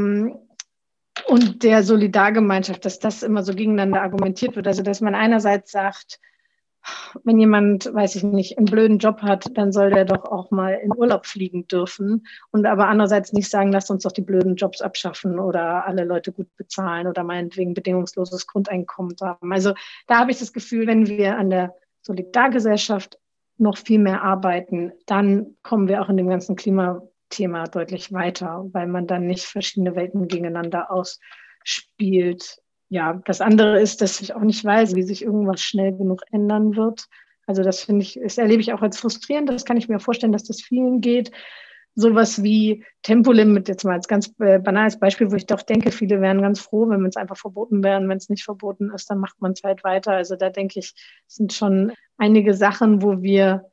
und der Solidargemeinschaft, dass das immer so gegeneinander argumentiert wird. Also dass man einerseits sagt, wenn jemand, weiß ich nicht, einen blöden Job hat, dann soll der doch auch mal in Urlaub fliegen dürfen und aber andererseits nicht sagen, lasst uns doch die blöden Jobs abschaffen oder alle Leute gut bezahlen oder meinetwegen bedingungsloses Grundeinkommen haben. Also da habe ich das Gefühl, wenn wir an der Solidargesellschaft noch viel mehr arbeiten, dann kommen wir auch in dem ganzen Klimathema deutlich weiter, weil man dann nicht verschiedene Welten gegeneinander ausspielt. Ja, das andere ist, dass ich auch nicht weiß, wie sich irgendwas schnell genug ändern wird. Also das das erlebe ich auch als frustrierend. Das kann ich mir vorstellen, dass das vielen geht. Sowas wie Tempolimit, jetzt mal als ganz banales Beispiel, wo ich doch denke, viele wären ganz froh, wenn es einfach verboten wäre. Wenn es nicht verboten ist, dann macht man es halt weiter. Also da denke ich, sind schon einige Sachen, wo wir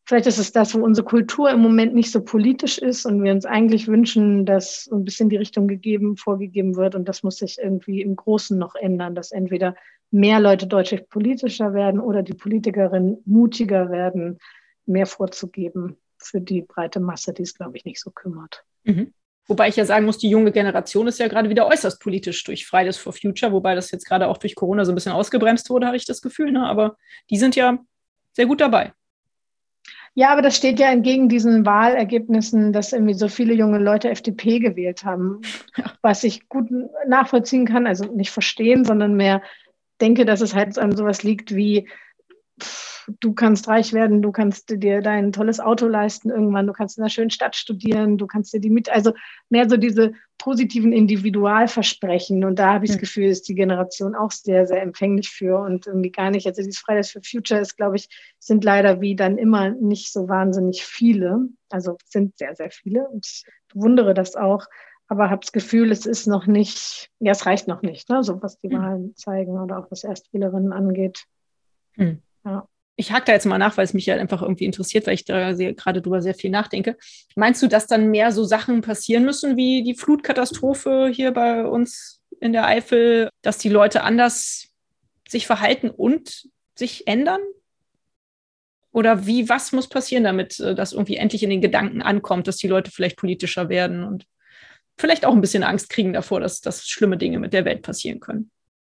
vielleicht ist es das, wo unsere Kultur im Moment nicht so politisch ist und wir uns eigentlich wünschen, dass so ein bisschen die Richtung vorgegeben wird. Und das muss sich irgendwie im Großen noch ändern, dass entweder mehr Leute deutlich politischer werden oder die Politikerinnen mutiger werden, mehr vorzugeben für die breite Masse, die es, glaube ich, nicht so kümmert. Mhm. Wobei ich ja sagen muss, die junge Generation ist ja gerade wieder äußerst politisch durch Fridays for Future, wobei das jetzt gerade auch durch Corona so ein bisschen ausgebremst wurde, habe ich das Gefühl. Ne? Aber die sind ja sehr gut dabei. Ja, aber das steht ja entgegen diesen Wahlergebnissen, dass irgendwie so viele junge Leute FDP gewählt haben, was ich gut nachvollziehen kann, also nicht verstehen, sondern mehr denke, dass es halt an sowas liegt wie, du kannst reich werden, du kannst dir dein tolles Auto leisten irgendwann, du kannst in einer schönen Stadt studieren, du kannst dir also mehr so diese positiven Individualversprechen. Und da habe ich das Gefühl, ist die Generation auch sehr, sehr empfänglich für und irgendwie gar nicht. Also dieses Fridays for Future ist, glaube ich, sind leider wie dann immer nicht so wahnsinnig viele. Also sind sehr, sehr viele. Und ich bewundere das auch. Aber habe das Gefühl, es ist noch nicht, ja, es reicht noch nicht, ne? So was die Wahlen zeigen oder auch was Erstwählerinnen angeht. Ja. Ich hake da jetzt mal nach, weil es mich halt einfach irgendwie interessiert, weil ich da gerade drüber sehr viel nachdenke. Meinst du, dass dann mehr so Sachen passieren müssen, wie die Flutkatastrophe hier bei uns in der Eifel, dass die Leute anders sich verhalten und sich ändern? Oder was muss passieren, damit das irgendwie endlich in den Gedanken ankommt, dass die Leute vielleicht politischer werden und vielleicht auch ein bisschen Angst kriegen davor, dass schlimme Dinge mit der Welt passieren können?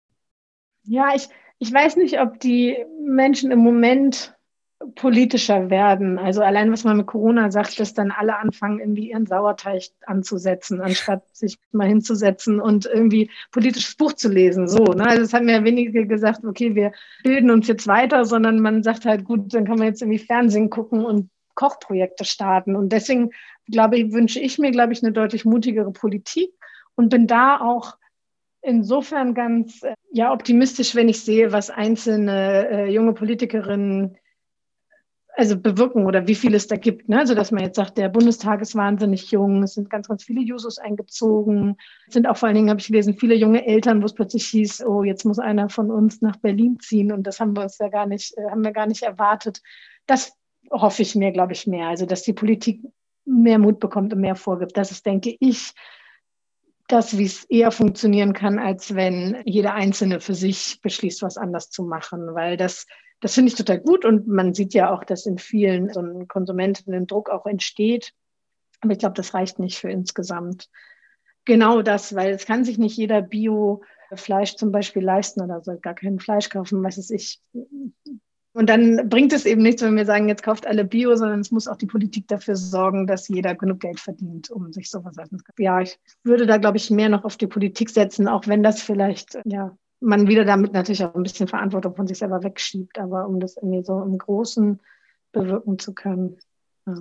Ja, ich weiß nicht, ob die Menschen im Moment politischer werden. Also allein, was man mit Corona sagt, dass dann alle anfangen, irgendwie ihren Sauerteig anzusetzen, anstatt sich mal hinzusetzen und irgendwie politisches Buch zu lesen. So, ne? Also es haben ja wenige gesagt, okay, wir bilden uns jetzt weiter, sondern man sagt halt, gut, dann kann man jetzt irgendwie Fernsehen gucken und Kochprojekte starten. Und deswegen, wünsche ich mir, eine deutlich mutigere Politik und bin da auch insofern ganz optimistisch, wenn ich sehe, was einzelne junge Politikerinnen also bewirken oder wie viel es da gibt. Ne? Also dass man jetzt sagt, der Bundestag ist wahnsinnig jung, es sind ganz, ganz viele Jusos eingezogen. Es sind auch vor allen Dingen, habe ich gelesen, viele junge Eltern, wo es plötzlich hieß, oh, jetzt muss einer von uns nach Berlin ziehen und das haben wir uns ja gar nicht erwartet. Das hoffe ich mir, glaube ich, mehr. Also dass die Politik mehr Mut bekommt und mehr vorgibt. Das ist, denke ich, das, wie es eher funktionieren kann, als wenn jeder Einzelne für sich beschließt, was anders zu machen. Weil das finde ich total gut und man sieht ja auch, dass in vielen so einem Konsumentinnen Druck auch entsteht. Aber ich glaube, das reicht nicht für insgesamt. Genau das, weil es kann sich nicht jeder Bio-Fleisch zum Beispiel leisten oder soll gar kein Fleisch kaufen, was weiß ich. Und dann bringt es eben nichts, wenn wir sagen, jetzt kauft alle Bio, sondern es muss auch die Politik dafür sorgen, dass jeder genug Geld verdient, um sich sowas zu kaufen. Ja, ich würde da, glaube ich, mehr noch auf die Politik setzen, auch wenn das vielleicht, man wieder damit natürlich auch ein bisschen Verantwortung von sich selber wegschiebt, aber um das irgendwie so im Großen bewirken zu können. Ja.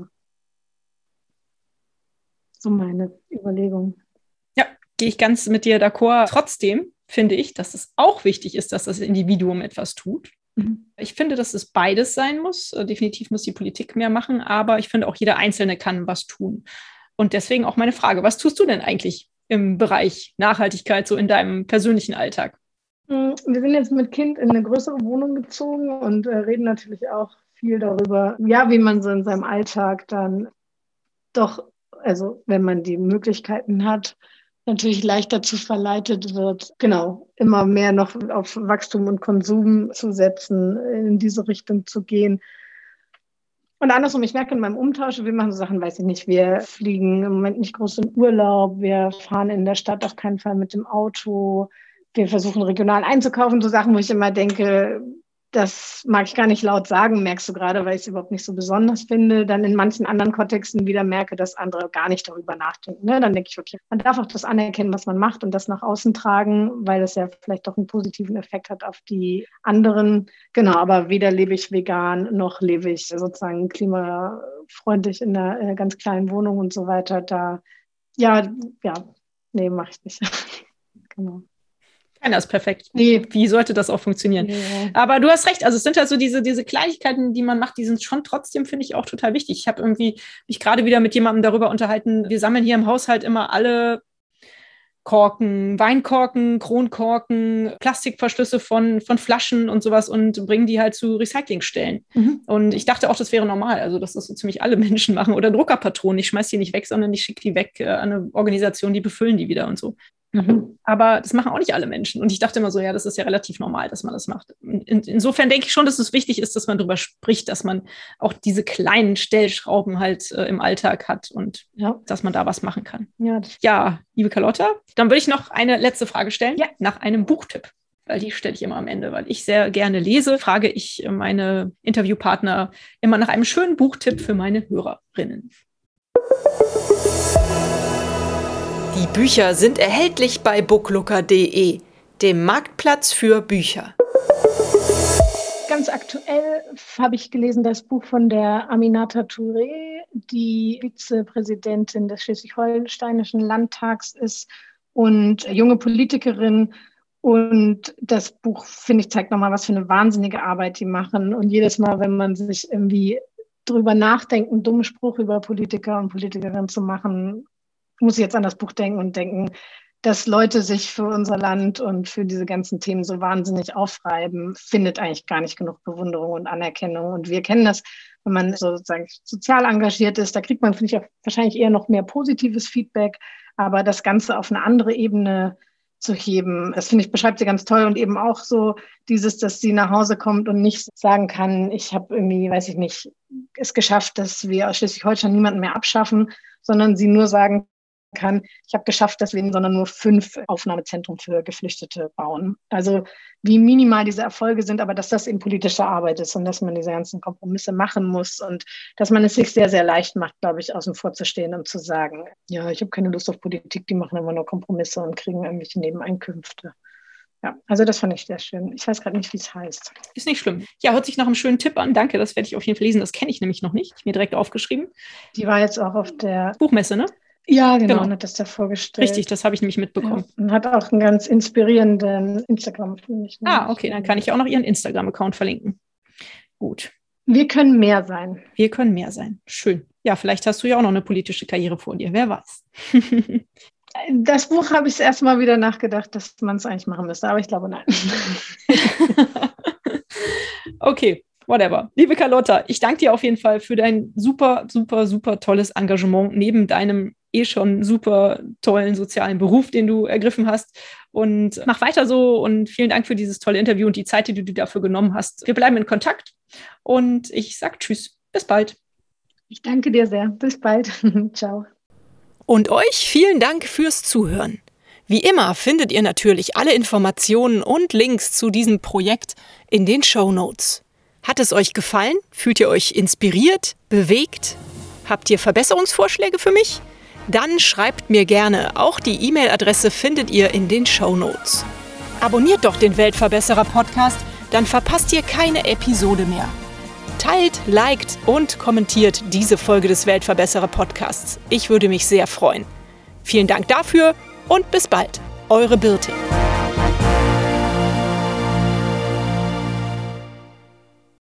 So meine Überlegung. Ja, gehe ich ganz mit dir d'accord. Trotzdem finde ich, dass es auch wichtig ist, dass das Individuum etwas tut. Ich finde, dass es beides sein muss. Definitiv muss die Politik mehr machen, aber ich finde auch, jeder Einzelne kann was tun. Und deswegen auch meine Frage, was tust du denn eigentlich im Bereich Nachhaltigkeit so in deinem persönlichen Alltag? Wir sind jetzt mit Kind in eine größere Wohnung gezogen und reden natürlich auch viel darüber, wie man so in seinem Alltag dann doch, also wenn man die Möglichkeiten hat, natürlich leicht dazu verleitet wird, immer mehr noch auf Wachstum und Konsum zu setzen, in diese Richtung zu gehen. Und andersrum, ich merke in meinem Umtausch, wir machen so Sachen, weiß ich nicht, wir fliegen im Moment nicht groß in Urlaub, wir fahren in der Stadt auf keinen Fall mit dem Auto, wir versuchen regional einzukaufen, so Sachen, wo ich immer denke, das mag ich gar nicht laut sagen, merkst du gerade, weil ich es überhaupt nicht so besonders finde. Dann in manchen anderen Kontexten wieder merke, dass andere gar nicht darüber nachdenken. Ne? Dann denke ich, okay, man darf auch das anerkennen, was man macht und das nach außen tragen, weil das ja vielleicht doch einen positiven Effekt hat auf die anderen. Genau, aber weder lebe ich vegan, noch lebe ich sozusagen klimafreundlich in einer ganz kleinen Wohnung und so weiter. Nee, mache ich nicht. Genau. Keiner ist perfekt. Nee. Wie sollte das auch funktionieren? Nee. Aber du hast recht, also es sind halt so diese Kleinigkeiten, die man macht, die sind schon trotzdem, finde ich, auch total wichtig. Ich habe irgendwie mich gerade wieder mit jemandem darüber unterhalten, wir sammeln hier im Haushalt immer alle Korken, Weinkorken, Kronkorken, Plastikverschlüsse von Flaschen und sowas und bringen die halt zu Recyclingstellen. Und ich dachte auch, das wäre normal, also dass das so ziemlich alle Menschen machen. Oder Druckerpatronen, ich schmeiß die nicht weg, sondern ich schicke die weg an eine Organisation, die befüllen die wieder und so. Aber das machen auch nicht alle Menschen. Und ich dachte immer so, ja, das ist ja relativ normal, dass man das macht. Insofern denke ich schon, dass es wichtig ist, dass man darüber spricht, dass man auch diese kleinen Stellschrauben halt im Alltag hat und dass man da was machen kann. Ja, liebe Carlotta, dann würde ich noch eine letzte Frage stellen, nach einem Buchtipp. Weil die stelle ich immer am Ende, weil ich sehr gerne lese, frage ich meine Interviewpartner immer nach einem schönen Buchtipp für meine Hörerinnen. Die Bücher sind erhältlich bei booklooker.de, dem Marktplatz für Bücher. Ganz aktuell habe ich gelesen das Buch von der Aminata Touré, die Vizepräsidentin des Schleswig-Holsteinischen Landtags ist und junge Politikerin. Und das Buch, finde ich, zeigt nochmal, was für eine wahnsinnige Arbeit die machen. Und jedes Mal, wenn man sich irgendwie drüber nachdenkt, einen dummen Spruch über Politiker und Politikerinnen zu machen, muss ich jetzt an das Buch denken und denken, dass Leute sich für unser Land und für diese ganzen Themen so wahnsinnig aufreiben, findet eigentlich gar nicht genug Bewunderung und Anerkennung. Und wir kennen das, wenn man sozusagen sozial engagiert ist, da kriegt man, finde ich, wahrscheinlich eher noch mehr positives Feedback, aber das Ganze auf eine andere Ebene zu heben, das finde ich, beschreibt sie ganz toll. Und eben auch so dieses, dass sie nach Hause kommt und nicht sagen kann, ich habe irgendwie, weiß ich nicht, es geschafft, dass wir aus Schleswig-Holstein niemanden mehr abschaffen, sondern sie nur sagen kann, ich habe geschafft, dass wir sondern nur 5 Aufnahmezentren für Geflüchtete bauen. Also wie minimal diese Erfolge sind, aber dass das eben politische Arbeit ist und dass man diese ganzen Kompromisse machen muss und dass man es sich sehr, sehr leicht macht, glaube ich, außen vor zu stehen und zu sagen, ja, ich habe keine Lust auf Politik, die machen immer nur Kompromisse und kriegen irgendwelche Nebeneinkünfte. Ja, also das fand ich sehr schön. Ich weiß gerade nicht, wie es heißt. Ist nicht schlimm. Ja, hört sich nach einem schönen Tipp an. Danke, das werde ich auf jeden Fall lesen. Das kenne ich nämlich noch nicht. Ich habe mir direkt aufgeschrieben. Die war jetzt auch auf der Buchmesse, ne? Ja, genau, und hat das da vorgestellt. Richtig, das habe ich nämlich mitbekommen. Ja, und hat auch einen ganz inspirierenden Instagram, finde ich. Okay, dann kann ich auch noch Ihren Instagram-Account verlinken. Gut. Wir können mehr sein. Wir können mehr sein. Schön. Ja, vielleicht hast du ja auch noch eine politische Karriere vor dir, wer weiß. Das Buch habe ich erst mal wieder nachgedacht, dass man es eigentlich machen müsste, aber ich glaube, nein. Okay. Whatever. Liebe Carlotta, ich danke dir auf jeden Fall für dein super, super, super tolles Engagement neben deinem schon super tollen sozialen Beruf, den du ergriffen hast. Und mach weiter so und vielen Dank für dieses tolle Interview und die Zeit, die du dir dafür genommen hast. Wir bleiben in Kontakt und ich sage tschüss. Bis bald. Ich danke dir sehr. Bis bald. Ciao. Und euch vielen Dank fürs Zuhören. Wie immer findet ihr natürlich alle Informationen und Links zu diesem Projekt in den Shownotes. Hat es euch gefallen? Fühlt ihr euch inspiriert, bewegt? Habt ihr Verbesserungsvorschläge für mich? Dann schreibt mir gerne. Auch die E-Mail-Adresse findet ihr in den Shownotes. Abonniert doch den Weltverbesserer-Podcast, dann verpasst ihr keine Episode mehr. Teilt, liked und kommentiert diese Folge des Weltverbesserer-Podcasts. Ich würde mich sehr freuen. Vielen Dank dafür und bis bald. Eure Birte.